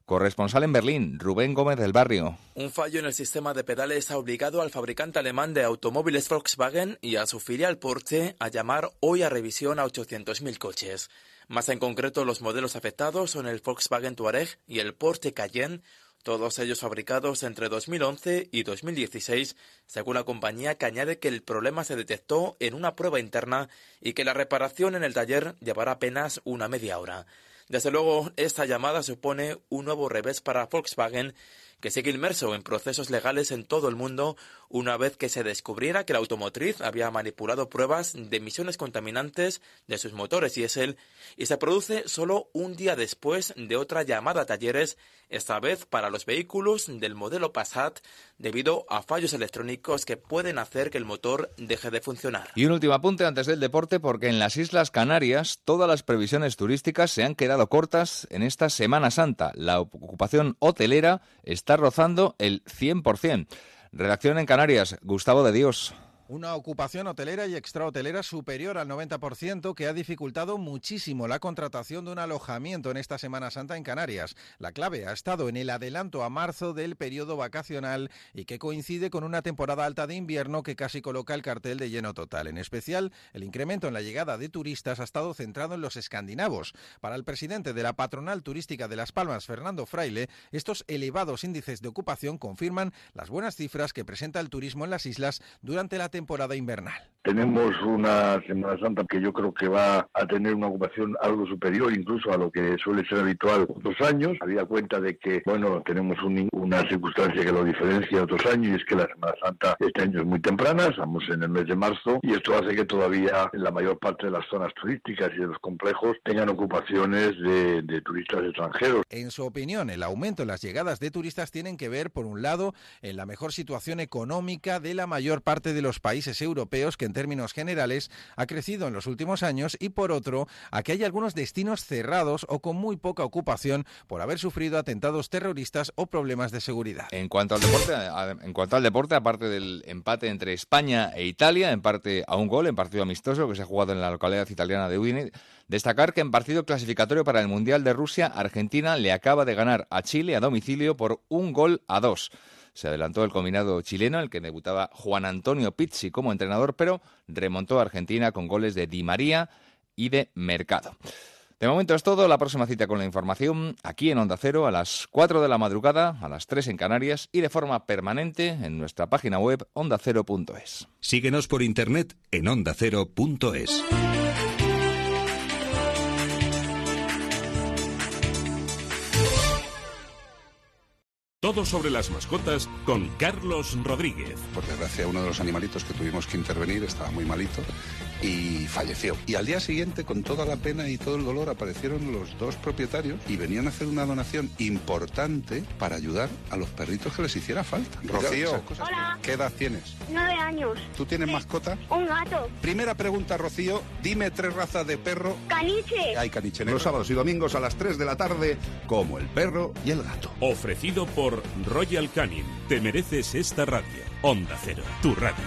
Corresponsal en Berlín, Rubén Gómez del Barrio. Un fallo en el sistema de pedales ha obligado al fabricante alemán de automóviles Volkswagen y a su filial Porsche a llamar hoy a revisión a ochocientos mil coches. Más en concreto, los modelos afectados son el Volkswagen Touareg y el Porsche Cayenne, todos ellos fabricados entre dos mil once y dos mil dieciséis, según la compañía, que añade que el problema se detectó en una prueba interna y que la reparación en el taller llevará apenas una media hora. Desde luego, esta llamada supone un nuevo revés para Volkswagen, que sigue inmerso en procesos legales en todo el mundo una vez que se descubriera que la automotriz había manipulado pruebas de emisiones contaminantes de sus motores diésel, y se produce solo un día después de otra llamada a talleres, esta vez para los vehículos del modelo Passat, debido a fallos electrónicos que pueden hacer que el motor deje de funcionar. Y un último apunte antes del deporte, porque en las Islas Canarias todas las previsiones turísticas se han quedado cortas en esta Semana Santa. La ocupación hotelera está rozando el cien por ciento. Redacción en Canarias, Gustavo de Dios. Una ocupación hotelera y extrahotelera superior al noventa por ciento que ha dificultado muchísimo la contratación de un alojamiento en esta Semana Santa en Canarias. La clave ha estado en el adelanto a marzo del periodo vacacional y que coincide con una temporada alta de invierno que casi coloca el cartel de lleno total. En especial, el incremento en la llegada de turistas ha estado centrado en los escandinavos. Para el presidente de la Patronal Turística de Las Palmas, Fernando Fraile, estos elevados índices de ocupación confirman las buenas cifras que presenta el turismo en las islas durante la temporada invernal. Tenemos una Semana Santa que yo creo que va a tener una ocupación algo superior incluso a lo que suele ser habitual otros años. Había cuenta de que, bueno, tenemos un, una circunstancia que lo diferencia de otros años, y es que la Semana Santa este año es muy temprana, estamos en el mes de marzo, y esto hace que todavía en la mayor parte de las zonas turísticas y de los complejos tengan ocupaciones de, de turistas extranjeros. En su opinión, el aumento en las llegadas de turistas tienen que ver, por un lado, en la mejor situación económica de la mayor parte de los países europeos, que en términos generales ha crecido en los últimos años, y por otro, a que hay algunos destinos cerrados o con muy poca ocupación por haber sufrido atentados terroristas o problemas de seguridad. En cuanto al deporte, en cuanto al deporte, aparte del empate entre España e Italia, en parte a un gol, en partido amistoso que se ha jugado en la localidad italiana de Udine, destacar que en partido clasificatorio para el Mundial de Rusia, Argentina le acaba de ganar a Chile a domicilio por un gol a dos. Se adelantó el combinado chileno, el que debutaba Juan Antonio Pizzi como entrenador, pero remontó a Argentina con goles de Di María y de Mercado. De momento es todo. La próxima cita con la información aquí en Onda Cero a las cuatro de la madrugada, a las tres en Canarias, y de forma permanente en nuestra página web onda cero punto es. Síguenos por internet en onda cero punto es. Todo sobre las mascotas con Carlos Rodríguez. Por desgracia, uno de los animalitos que tuvimos que intervenir estaba muy malito y falleció. Y al día siguiente, con toda la pena y todo el dolor, aparecieron los dos propietarios y venían a hacer una donación importante para ayudar a los perritos que les hiciera falta. Rocío, hola. ¿Qué edad tienes? Nueve años. ¿Tú tienes mascota? Un gato. Primera pregunta, Rocío. Dime tres razas de perro. Caniche. Hay caniche negro. Los sábados y domingos a las tres de la tarde, como el perro y el gato. Ofrecido por Royal Canin. Te mereces esta radio. Onda Cero, tu radio.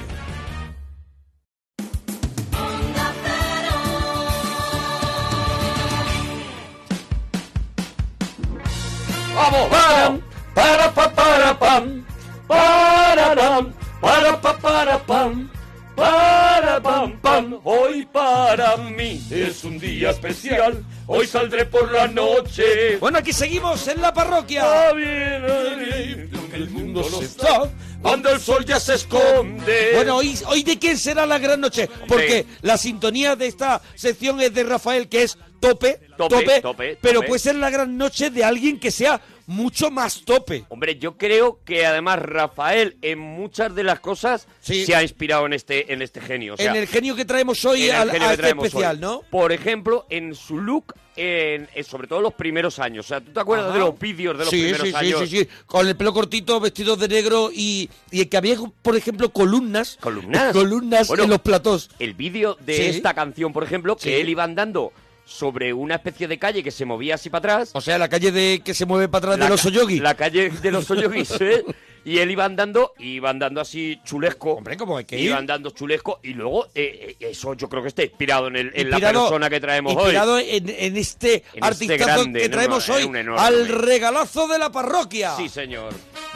¡Vamos! ¡Para! ¡Para, pa, para, pam! ¡Para, para, pa, para, pam! ¡Para, pam, pam! Hoy para mí es un día especial. Hoy saldré por la noche. Bueno, aquí seguimos en la parroquia. El mundo se está cuando el sol ya se esconde. Bueno, hoy, hoy ¿de quién será la gran noche? Porque sí, la sintonía de esta sección es de Rafael, que es tope, tope, tope, tope pero tope. Puede ser la gran noche de alguien que sea mucho más tope. Hombre, yo creo que además Rafael en muchas de las cosas sí, se ha inspirado en este en este genio. O sea, en el genio que traemos hoy al, a este especial, hoy, ¿no? Por ejemplo, en su look, en, en, sobre todo en los primeros años. O sea, ¿tú te acuerdas Ajá. de los vídeos de los sí, primeros sí, años? Sí, sí, sí, con el pelo cortito, vestidos de negro y, y que había, por ejemplo, columnas. Columnas. Columnas bueno, en los platós. El vídeo de sí. esta canción, por ejemplo, que sí. él iba andando sobre una especie de calle que se movía así para atrás. O sea, la calle de que se mueve para atrás la, de los Oyogi. La calle de los Oyogis, ¿eh? Y él iba andando, iba andando así chulesco. Hombre, como hay que ir. Iba andando chulesco y luego eh, eh, eso yo creo que está inspirado en, el, en Inspirado- la persona que traemos hoy. Inspirado en, en este En artistazo este grande, que ¿no? traemos Es hoy un enorme. al regalazo de la parroquia. Sí, señor.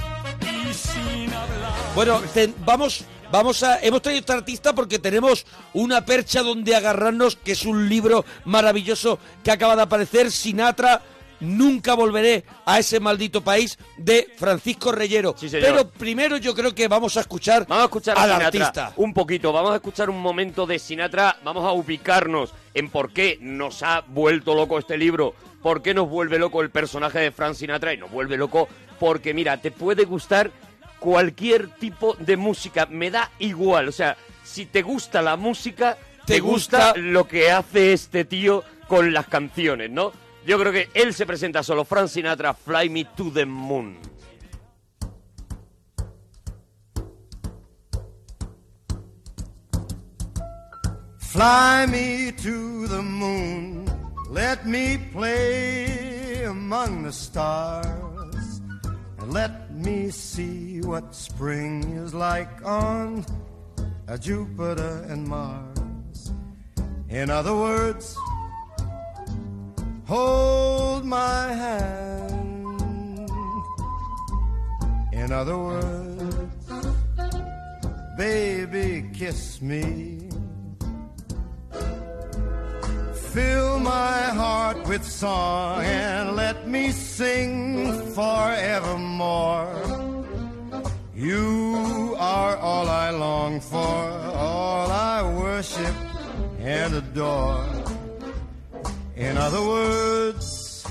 Bueno, te- vamos, vamos a, hemos traído a este artista porque tenemos una percha donde agarrarnos, que es un libro maravilloso que acaba de aparecer, Sinatra, Nunca volveré a ese maldito país, de Francisco Reyero. señor. Pero primero yo creo que vamos a escuchar, Vamos a escuchar a al Sinatra artista. un poquito, vamos a escuchar un momento de Sinatra, vamos a ubicarnos en por qué nos ha vuelto loco este libro, por qué nos vuelve loco el personaje de Frank Sinatra, y nos vuelve loco porque, mira, te puede gustar cualquier tipo de música, me da igual, o sea, si te gusta la música, te, Te gusta gusta- lo que hace este tío con las canciones, ¿no? Yo creo que él se presenta solo, Frank Sinatra, Fly Me to the Moon. Fly me to the moon, let me play among the stars, and let me see what spring is like on uh, Jupiter and Mars. In other words, hold my hand. In other words, baby, kiss me. Fill my heart with song and let me sing forevermore. You are all I long for, all I worship and adore. In other words,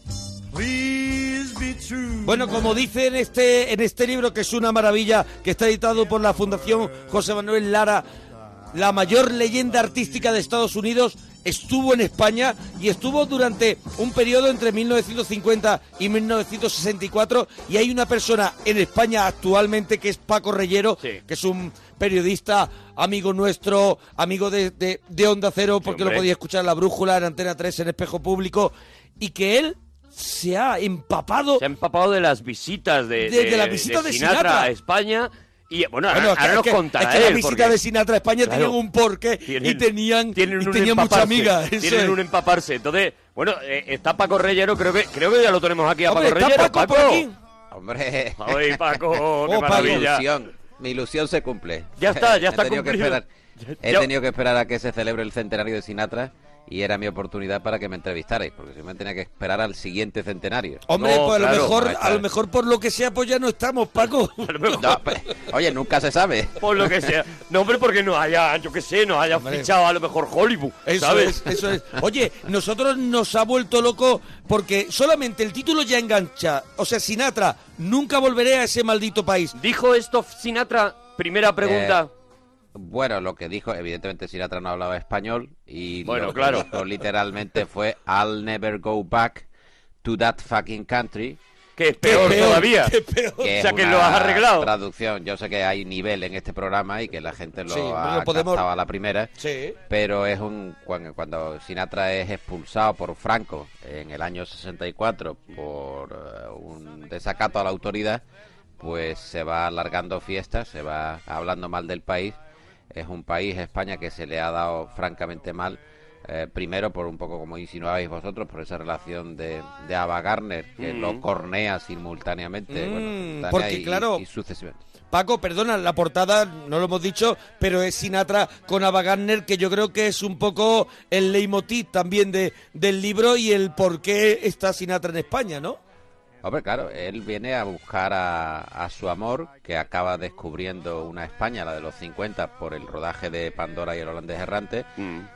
please be true. Bueno, como dice en este, en este libro, que es una maravilla, que está editado por la Fundación José Manuel Lara, la mayor leyenda artística de Estados Unidos estuvo en España y estuvo durante un periodo entre mil novecientos cincuenta y mil novecientos sesenta y cuatro, y hay una persona en España actualmente que es Paco Reyero, que es un periodista, amigo nuestro, amigo de, de, de Onda Cero, porque hombre. lo podía escuchar en La Brújula, en Antena tres, en Espejo Público, y que él se ha empapado... Se ha empapado de las visitas de, De- de las visitas de Sinatra. a España. Y bueno, Bueno, ahora, es que- ahora es nos que- contará es que la él, visita porque- de Sinatra a España Claro. tenían un porqué y tenían, tienen y un tenían mucha empaparse, amiga. eso Tienen es. un empaparse. Entonces, bueno, eh, está Paco Reyero, creo que creo que ya lo tenemos aquí a Hombre, Paco ¿está Reyero. Paco por aquí? Hombre. Ay, Paco, qué Mi maravilla. ilusión, mi ilusión se cumple. Ya está, ya He está tenido que cumplido. esperar- Ya- He ya- tenido que esperar a que se celebre el centenario de Sinatra y era mi oportunidad para que me entrevistarais, porque si me tenía que esperar al siguiente centenario. Hombre, pues a lo mejor, No, a lo mejor por lo que sea, pues ya no estamos, Paco. No, pues, oye, nunca se sabe. Por lo que sea. No, hombre, porque no haya, yo qué sé, no haya fichado a lo mejor Hollywood, Eso ¿sabes? es, eso es. Oye, nosotros nos ha vuelto loco porque solamente el título ya engancha. O sea, Sinatra, nunca volveré a ese maldito país. ¿Dijo esto Sinatra? Primera pregunta. Eh, bueno, lo que dijo, evidentemente Sinatra no hablaba español y Bueno, lo claro. que dijo literalmente fue I'll never go back to that fucking country. Que es peor, peor, todavía. qué peor. O Que sea, es que una lo has arreglado. traducción. Yo sé que hay nivel en este programa y que la gente lo Sí, ha lo podemos- captado a la primera, Sí. pero es un cuando, cuando Sinatra es expulsado por Franco en el año sesenta y cuatro por eh, un desacato a la autoridad, pues se va alargando fiestas, se va hablando mal del país. Es un país, España, que se le ha dado francamente mal. Eh, primero, por un poco como insinuabais vosotros, por esa relación de, de Ava Gardner, que Mm. lo cornea simultáneamente. Mm, bueno, simultánea porque, y- claro, y sucesivamente. Paco, perdona, la portada no lo hemos dicho, pero es Sinatra con Ava Gardner, que yo creo que es un poco el leitmotiv también de, del libro y el por qué está Sinatra en España, ¿no? Hombre, claro, él viene a buscar a, a su amor, que acaba descubriendo una España, la de los cincuenta, por el rodaje de Pandora y el holandés errante.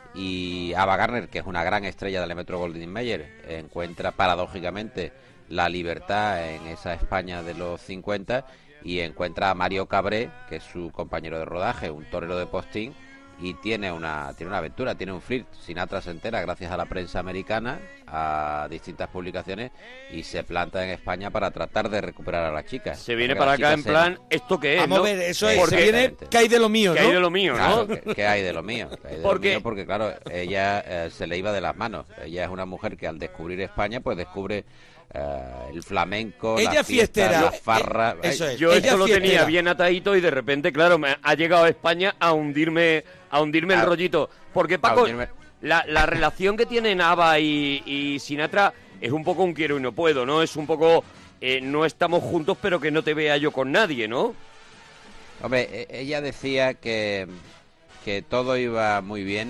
Y Ava Gardner, que es una gran estrella del Metro Goldwyn Mayer, encuentra paradójicamente la libertad en esa España de los cincuenta y encuentra a Mario Cabré, que es su compañero de rodaje, un torero de postín, y tiene una tiene una aventura, tiene un flirt. Sinatra se entera gracias a la prensa americana, a distintas publicaciones, y se planta en España para tratar de recuperar a la chica. Se viene Porque para la acá chica en se- plan, ¿esto qué es? Vamos no? a ver, eso es, Porque- se viene, ¿qué hay de lo mío, ¿Qué no? hay de lo mío, Claro, no? ¿qué, qué hay de lo mío? ¿Qué hay de Porque- lo mío? Porque, claro, ella eh, se le iba de las manos. Ella es una mujer que al descubrir España, pues descubre eh, el flamenco, Ella la fiesta, fiestera. la farra. Eh, eso es. Yo Ella esto lo fiestera. tenía bien atadito y de repente, claro, me ha llegado a España a hundirme, a hundirme el A- rollito. Porque, a Paco, hundirme. la, la relación que tienen ABBA y, y Sinatra es un poco un quiero y no puedo, ¿no? Es un poco, eh, no estamos juntos, pero que no te vea yo con nadie, ¿no? Hombre, e- ella decía que, que todo iba muy bien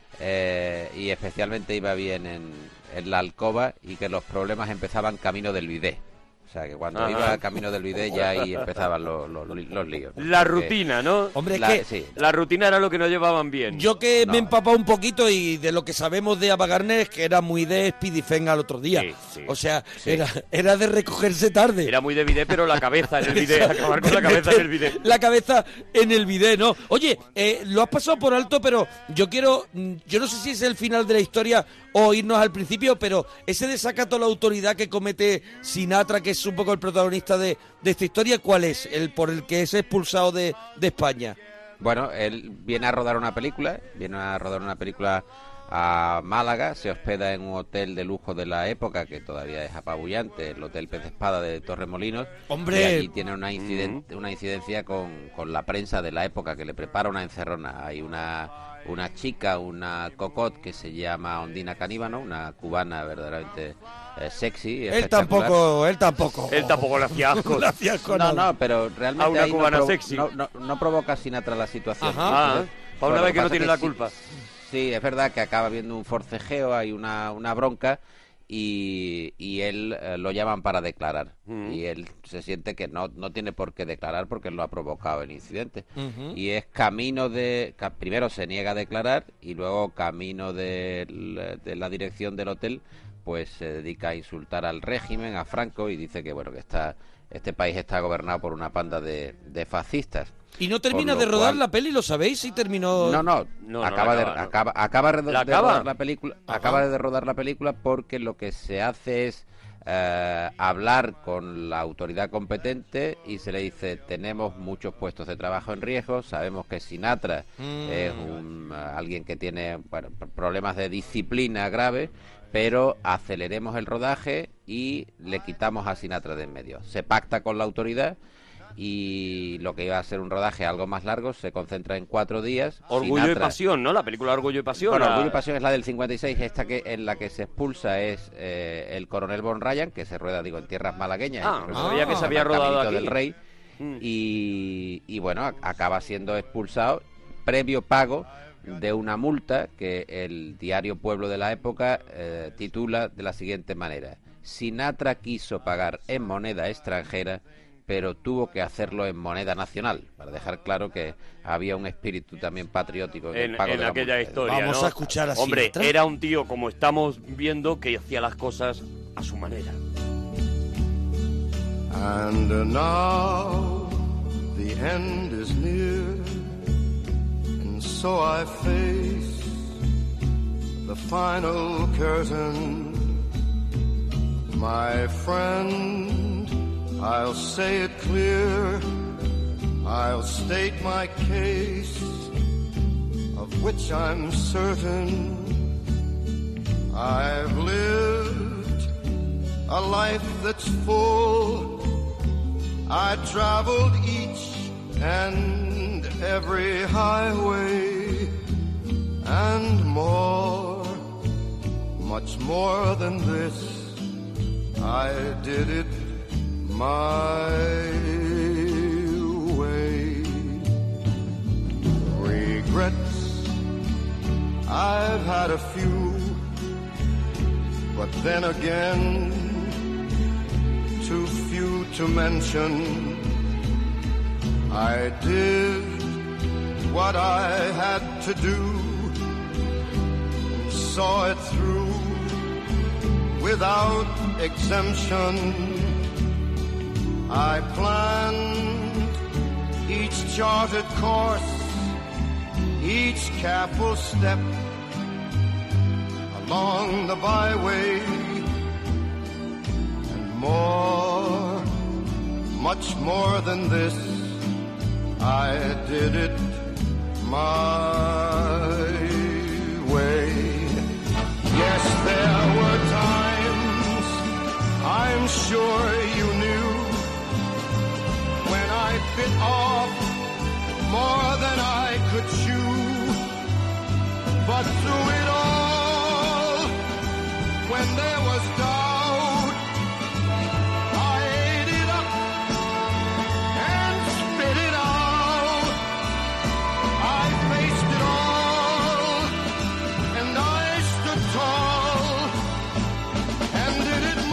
eh, y especialmente iba bien en, en la alcoba y que los problemas empezaban camino del bidé. O sea, que cuando Ajá. iba camino del bidé ya ahí empezaban los, los, los- los líos. ¿no? La Porque rutina, ¿no? Hombre, es la- que sí. La rutina era lo que no llevaban bien. yo que No. me he empapado un poquito y de lo que sabemos de Ava Gardner es que era muy de Speedy Feng al otro día. Sí, sí. O sea, Sí. era, era de recogerse tarde. Era muy de bidet, pero la cabeza en el bidet, acabar con la cabeza en el bidet. La cabeza en el bidet, ¿no? Oye, eh, lo has pasado por alto, pero yo quiero, mm, yo no sé si es el final de la historia o irnos al principio, pero ese desacato a la autoridad que comete Sinatra, que es un poco el protagonista de, de esta historia, ¿cuál es? El por el que es expulsado de, de España. Bueno, él viene a rodar una película, viene a rodar una película a Málaga, se hospeda en un hotel de lujo de la época que todavía es apabullante, el Hotel Pez de Espada de Torremolinos. ¡Hombre! Y allí tiene una, inciden- una incidencia con, con la prensa de la época que le prepara una encerrona. Hay una, una chica, una cocotte que se llama Ondina Caníbano, una cubana verdaderamente eh, sexy. Él espectacular. tampoco, él tampoco. Él tampoco le hacía asco. Le hacía asco No, nada. no, pero realmente A una ahí no cubana provo- sexy. No, no, no provoca Sinatra la situación. Ajá. ¿eh? Para una Lo vez que no pasa tiene es la sí- culpa. Sí, es verdad que acaba habiendo un forcejeo, hay una, una bronca y, y él eh, lo llaman para declarar. Mm. Y él se siente que no, no tiene por qué declarar porque él lo ha provocado el incidente. Ujú. Y es camino de... ca- Primero se niega a declarar y luego camino de, de la dirección del hotel pues se dedica a insultar al régimen, a Franco, y dice que bueno que está este país está gobernado por una panda de, de fascistas. Y no termina Por de lo rodar cual- la peli, ¿lo sabéis? Si terminó... No, no, No, no acaba, la de, acaba, no. acaba, acaba de, ¿La de acaba? rodar la película, Ajá. acaba de rodar la película porque lo que se hace es eh, hablar con la autoridad competente y se le dice tenemos muchos puestos de trabajo en riesgo, sabemos que Sinatra Mm. es un, eh, alguien que tiene bueno, p- problemas de disciplina grave, pero aceleremos el rodaje y le quitamos a Sinatra de en medio. Se pacta con la autoridad y lo que iba a ser un rodaje algo más largo se concentra en cuatro días. Orgullo y Sinatra- Pasión, ¿no? La película Orgullo y Pasión. Bueno, la- Orgullo y Pasión es la del cincuenta y seis, esta que en la que se expulsa es eh, el coronel Von Ryan, que se rueda, digo, en tierras malagueñas. Ah, en- no sabía que se había en el rodado Caminito aquí. del Rey. Mm. Y, y bueno, a- acaba siendo expulsado previo pago de una multa que el diario Pueblo de la época eh, titula de la siguiente manera: Sinatra quiso pagar en moneda extranjera, pero tuvo que hacerlo en moneda nacional, para dejar claro que había un espíritu también patriótico en, En, el pago en de la aquella multa. historia, Vamos ¿no? a escuchar a Hombre, Sinatra. era un tío, como estamos viendo, que hacía las cosas a su manera. And uh, now the end is near, and so I face the final curtain. My friend, I'll say it clear, I'll state my case, of which I'm certain. I've lived a life that's full. I traveled each and every highway and more, much more than this. I did it my way. Regrets, I've had a few, but then again, too few to mention. I did what I had to do, and saw it through without exemption. I planned each charted course, each careful step along the byway, and more, much more than this, I did it my way. Yes, there were times I could chew. But through it all, when there was doubt, I ate it up and spit it out. I faced it all, and I stood tall, and did it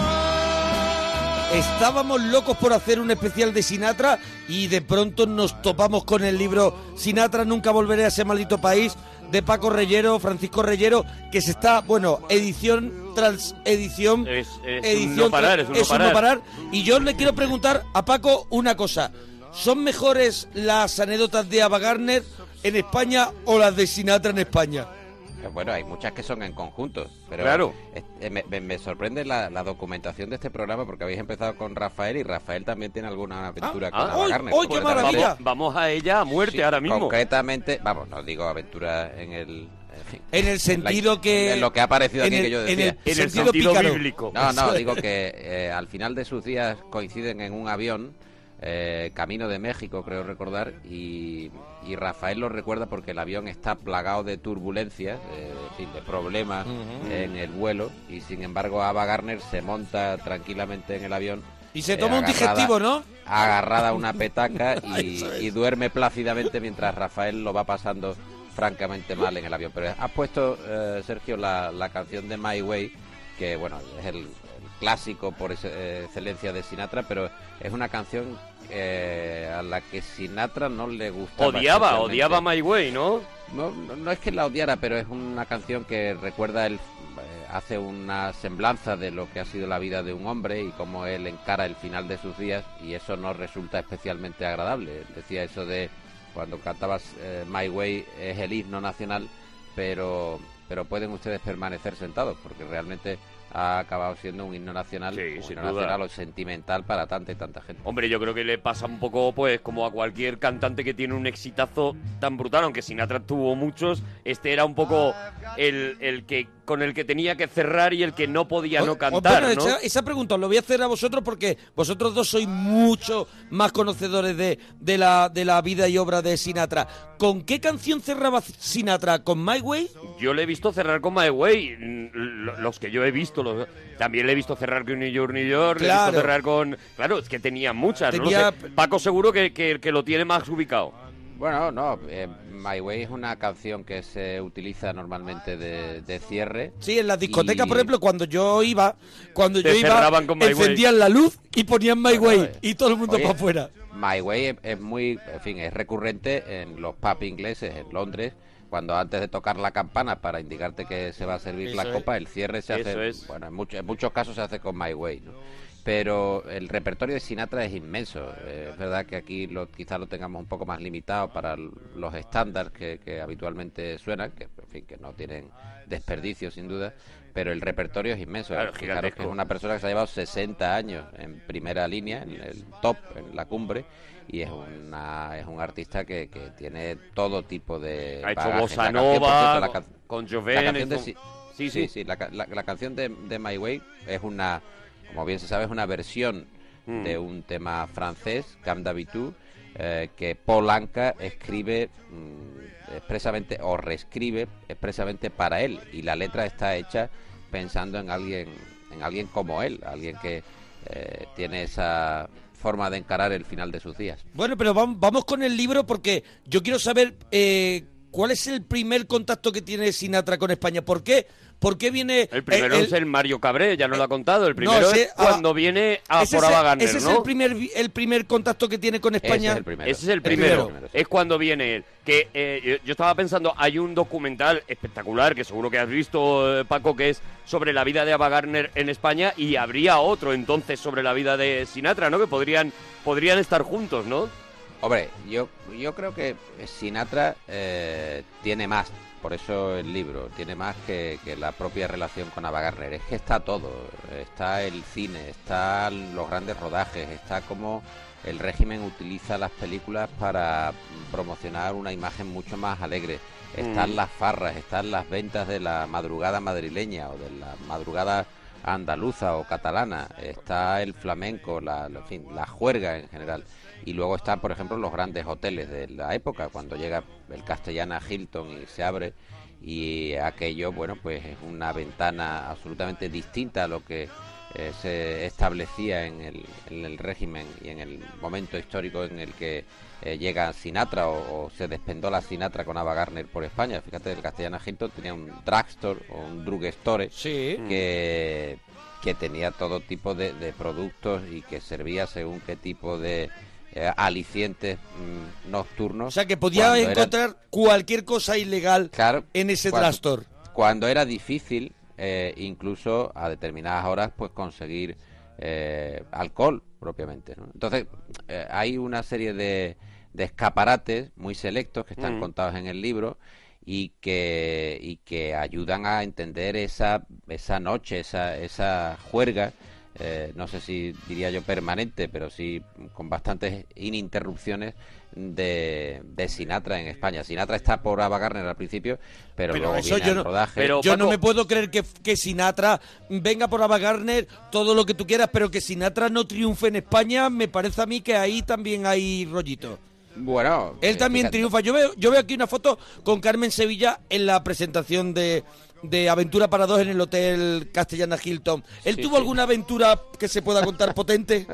my Estábamos locos por hacer un especial de Sinatra y de pronto nos topamos con el libro Sinatra nunca volveré a ese maldito país, de Paco Reyero, Francisco Reyero, que se está, bueno, edición tras edición, Es, es edición un no parar, es un no es un parar. no parar. Y yo le quiero preguntar a Paco una cosa: ¿son mejores las anécdotas de Ava Gardner en España o las de Sinatra en España? Bueno, hay muchas que son en conjunto, pero Claro. eh, me, me- me sorprende la, la documentación de este programa porque habéis empezado con Rafael y Rafael también tiene alguna aventura con Ava Gardner. Concretamente- Vamos, vamos a ella a muerte Sí, ahora mismo. Concretamente, vamos, no digo aventura en el... En, fin, En el sentido la- que- en lo que ha aparecido en aquí el- que yo en decía. el En el sentido sentido pícaro. bíblico. No, no, Eso es. digo que eh, al final de sus días coinciden en un avión eh, camino de México, creo recordar, y, y Rafael lo recuerda porque el avión está plagado de turbulencias, eh, en fin, de problemas Ujú. en el vuelo, y sin embargo Ava Gardner se monta tranquilamente en el avión. Y se eh, toma un agarrada- digestivo, ¿no? Agarrada a una petaca y, Eso es. y duerme plácidamente mientras Rafael lo va pasando francamente mal en el avión. Pero has puesto, eh, Sergio, la, la canción de My Way, que bueno, es el, el clásico por ex- eh, excelencia de Sinatra, pero es una canción eh, a la que Sinatra no le gustaba. Odiaba, especialmente. odiaba My Way, ¿no? No, no, no es que la odiara, pero es una canción que recuerda el, eh, hace una semblanza de lo que ha sido la vida de un hombre y cómo él encara el final de sus días, y eso no resulta especialmente agradable. Decía eso de cuando cantabas eh, My Way es el himno nacional, pero pero pueden ustedes permanecer sentados porque realmente ha acabado siendo un himno nacional, un sin himno duda. nacional o sentimental para tanta y tanta gente. Hombre, yo creo que le pasa un poco, pues, como a cualquier cantante que tiene un exitazo tan brutal, aunque Sinatra tuvo muchos, este era un poco el, el que con el que tenía que cerrar y el que no podía no Os- cantar, bueno, ¿no? esa, esa pregunta os lo voy a hacer a vosotros porque vosotros dos sois mucho más conocedores de, de, la, de la vida y obra de Sinatra. ¿Con qué canción cerraba Sinatra? ¿Con My Way? Yo le he visto cerrar con My Way, mm, lo- los que yo he visto, los- también le he visto cerrar con New York, New York, le he Claro. visto cerrar con... Claro, es que tenía muchas, no lo Tenía- sé. Paco seguro que, que, que lo tiene más ubicado. Bueno, no, eh, My Way es una canción que se utiliza normalmente de, de cierre. Sí, en las discotecas, Y- por ejemplo, cuando yo iba, cuando Te yo iba, cerraban con My Way. encendían la luz y ponían My Bueno, Way eh, y todo el mundo oye, para afuera. My Way es, es muy, en fin, es recurrente en los pubs ingleses en Londres, cuando antes de tocar la campana para indicarte que se va a servir Eso la es. copa, el cierre se Eso hace, es. bueno, en, muchos en muchos casos se hace con My Way, ¿no? Pero el repertorio de Sinatra es inmenso. Eh, es verdad que aquí lo, quizás lo tengamos un poco más limitado para l- los estándares que, que habitualmente suenan, que en fin, que no tienen desperdicio sin duda, pero el repertorio es inmenso. Claro, Fijaros gigantesco. que es una persona que se ha llevado sesenta años en primera línea, en el top, en la cumbre, y es una es un artista que, que tiene todo tipo de Ha hecho bagaje. bossa La canción, por nova, cierto, la can- con la Joven, canción de con- Si- Sí, sí, sí. sí, la, ca- la- la canción de, de My Way es una, como bien se sabe, es una versión Mm. de un tema francés, Cam d'Habitu, eh, que Paul Anka escribe mm, expresamente o reescribe expresamente para él, y la letra está hecha pensando en alguien, en alguien como él, alguien que eh, tiene esa forma de encarar el final de sus días. Bueno, pero vam- vamos con el libro porque yo quiero saber eh, cuál es el primer contacto que tiene Sinatra con España. ¿Por qué? ¿Por qué viene...? El primero eh, el- es el Mario Cabré, ya nos lo ha contado. El primero ese- es cuando ah, viene a ese por es el- Ava Gardner, Ese es ¿no? el primer, vi- el primer contacto que tiene con España. Ese es el primero. Es cuando viene él. Que eh, yo, yo estaba pensando, hay un documental espectacular que seguro que has visto, eh, Paco, que es sobre la vida de Ava Gardner en España, y habría otro entonces sobre la vida de Sinatra, ¿no? Que podrían podrían estar juntos, ¿no? Hombre, yo, yo creo que Sinatra eh, tiene más, por eso el libro, tiene más que, que la propia relación con Ava Gardner. Es que está todo, está el cine, están los grandes rodajes, está como el régimen utiliza las películas para promocionar una imagen mucho más alegre. Están Mm. las farras, están las ventas de la madrugada madrileña o de la madrugada andaluza o catalana, está el flamenco, la, en fin, la juerga en general. Y luego están, por ejemplo, los grandes hoteles de la época, cuando llega el Castellana Hilton y se abre, y aquello, bueno, pues es una ventana absolutamente distinta a lo que eh, se establecía en el, en el régimen y en el momento histórico en el que eh, llega Sinatra o, o se despendola Sinatra con Ava Gardner por España. Fíjate, el Castellana Hilton tenía un drugstore o un drugstore sí. que, que tenía todo tipo de, de productos y que servía según qué tipo de eh, alicientes mmm, nocturnos. O sea, que podía encontrar era... cualquier cosa ilegal claro, en ese cuando, drugstore. Cuando era difícil, eh, incluso a determinadas horas, pues conseguir eh, alcohol propiamente, ¿no? Entonces, eh, hay una serie de, de escaparates muy selectos que están mm. contados en el libro y que y que ayudan a entender esa esa noche, esa esa juerga. Eh, no sé si diría yo permanente, pero sí con bastantes ininterrupciones de, de Sinatra en España. Sinatra está por Ava Gardner al principio, pero, pero luego viene yo el no, rodaje. Pero yo Paco, no me puedo creer que, que Sinatra venga por Ava Gardner, todo lo que tú quieras, pero que Sinatra no triunfe en España, me parece a mí que ahí también hay rollito. Bueno, él también fíjate. triunfa. Yo veo, yo veo aquí una foto con Carmen Sevilla en la presentación de, de Aventura para dos en el Hotel Castellana Hilton. ¿Él sí, tuvo sí. alguna aventura que se pueda contar potente?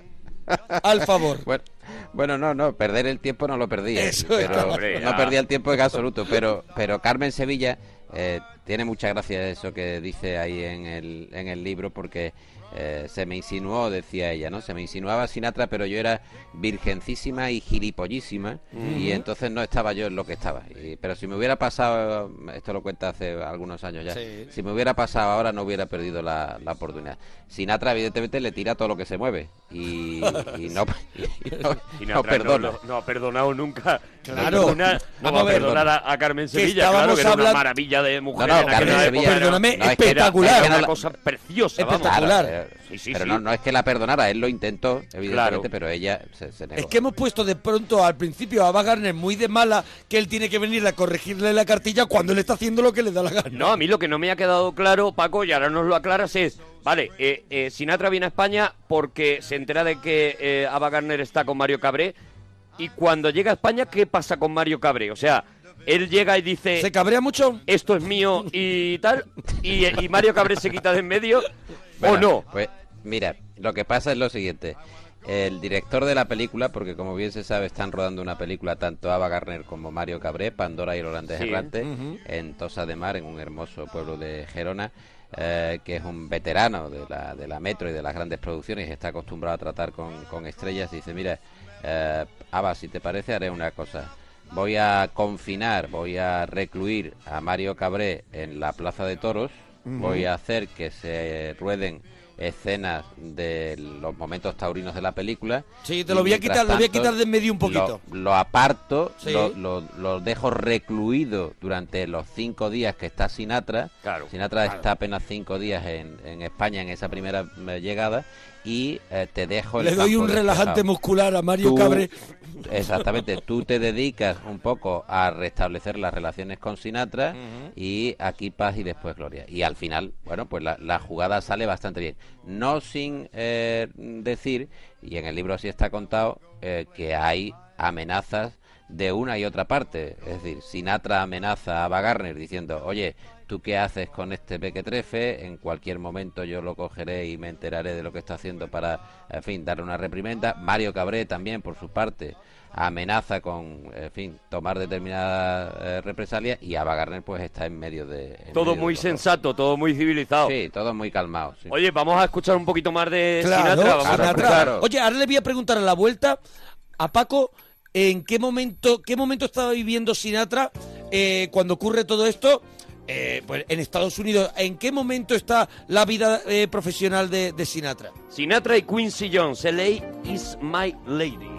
Al favor. Bueno, bueno, no, no, perder el tiempo no lo perdía. Eso pero es, hombre, no perdía el tiempo en absoluto. Pero, pero Carmen Sevilla eh, tiene mucha gracia eso que dice ahí en el, en el libro, porque Eh, se me insinuó, decía ella, ¿no? Se me insinuaba Sinatra, pero yo era virgencísima y gilipollísima, uh-huh. y entonces no estaba yo en lo que estaba. Y, pero si me hubiera pasado, esto lo cuenta hace algunos años ya, sí. si me hubiera pasado ahora no hubiera perdido la, la oportunidad. Sinatra evidentemente le tira todo lo que se mueve y, y no, y no, no perdona. No, no ha perdonado nunca. Claro, no, perdona, no va a perdonar a, a Carmen Sevilla, claro, que era una maravilla de mujer. No, no, en Carmen Sevilla, perdóname, no, no, espectacular. Era, es era una la, cosa preciosa, espectacular. Vamos. Pero, sí, sí, pero sí. No, no es que la perdonara, él lo intentó, evidentemente, claro. pero ella se, se negó. Es que hemos puesto de pronto al principio a Ava Gardner muy de mala, que él tiene que venir a corregirle la cartilla cuando él está haciendo lo que le da la gana. No, a mí lo que no me ha quedado claro, Paco, y ahora nos lo aclaras, es... Vale, eh, eh, Sinatra viene a España porque se entera de que eh, Ava Gardner está con Mario Cabré, y cuando llega a España, ¿qué pasa con Mario Cabré? O sea, él llega y dice... ¿Se cabrea mucho? Esto es mío y tal, y, y Mario Cabré se quita de en medio, bueno, ¿o no? Pues mira, lo que pasa es lo siguiente. El director de la película, porque como bien se sabe están rodando una película tanto Ava Gardner como Mario Cabré, Pandora y el holandés Sí. errante, Ujú. en Tossa de Mar, en un hermoso pueblo de Gerona, eh, que es un veterano de la, de la Metro y de las grandes producciones y está acostumbrado a tratar con, con estrellas. Dice, mira, eh, Ava, si te parece haré una cosa. Voy a confinar, voy a recluir a Mario Cabré en la Plaza de Toros, Ujú. voy a hacer que se rueden escenas de los momentos taurinos de la película. Sí, te lo voy a quitar, lo voy a quitar de en medio un poquito. Lo, lo aparto, Sí. lo, lo, lo dejo recluido durante los cinco días que está Sinatra. Claro, Sinatra claro. está apenas cinco días en, en España en esa primera eh, llegada y eh, te dejo el Le doy campo un relajante despejado. muscular a Mario Tú- Cabré. Exactamente, tú te dedicas un poco a restablecer las relaciones con Sinatra Ujú. y aquí paz y después gloria. Y al final, bueno, pues la, la jugada sale bastante bien. No sin eh, decir, y en el libro así está contado, eh, que hay amenazas de una y otra parte. Es decir, Sinatra amenaza a Ava Gardner diciendo, oye, ¿tú qué haces con este pequetrefe? En cualquier momento yo lo cogeré y me enteraré de lo que está haciendo para, en fin, darle una reprimenda. Mario Cabré también, por su parte, amenaza con, en fin, tomar determinadas eh, represalias, y Ava Gardner pues está en medio de... en Todo medio de muy los sensato, todo muy civilizado. dos. Sí, todo muy calmado. Sí. Oye, vamos a escuchar un poquito más de Claro, Sinatra. Vamos a Sinatra. escuchar. claro. Oye, ahora le voy a preguntar a la vuelta a Paco en qué momento, qué momento estaba viviendo Sinatra eh, cuando ocurre todo esto. Eh, pues en Estados Unidos, ¿en qué momento está la vida eh, profesional de, de Sinatra? Sinatra y Quincy Jones, L A is my lady.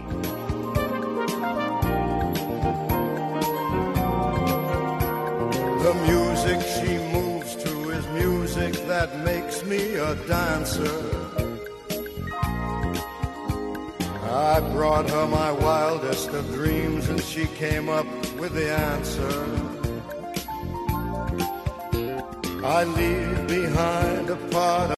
The music she moves to is music that makes me a dancer. I brought her my wildest of dreams and she came up with the answer. I leave behind a part of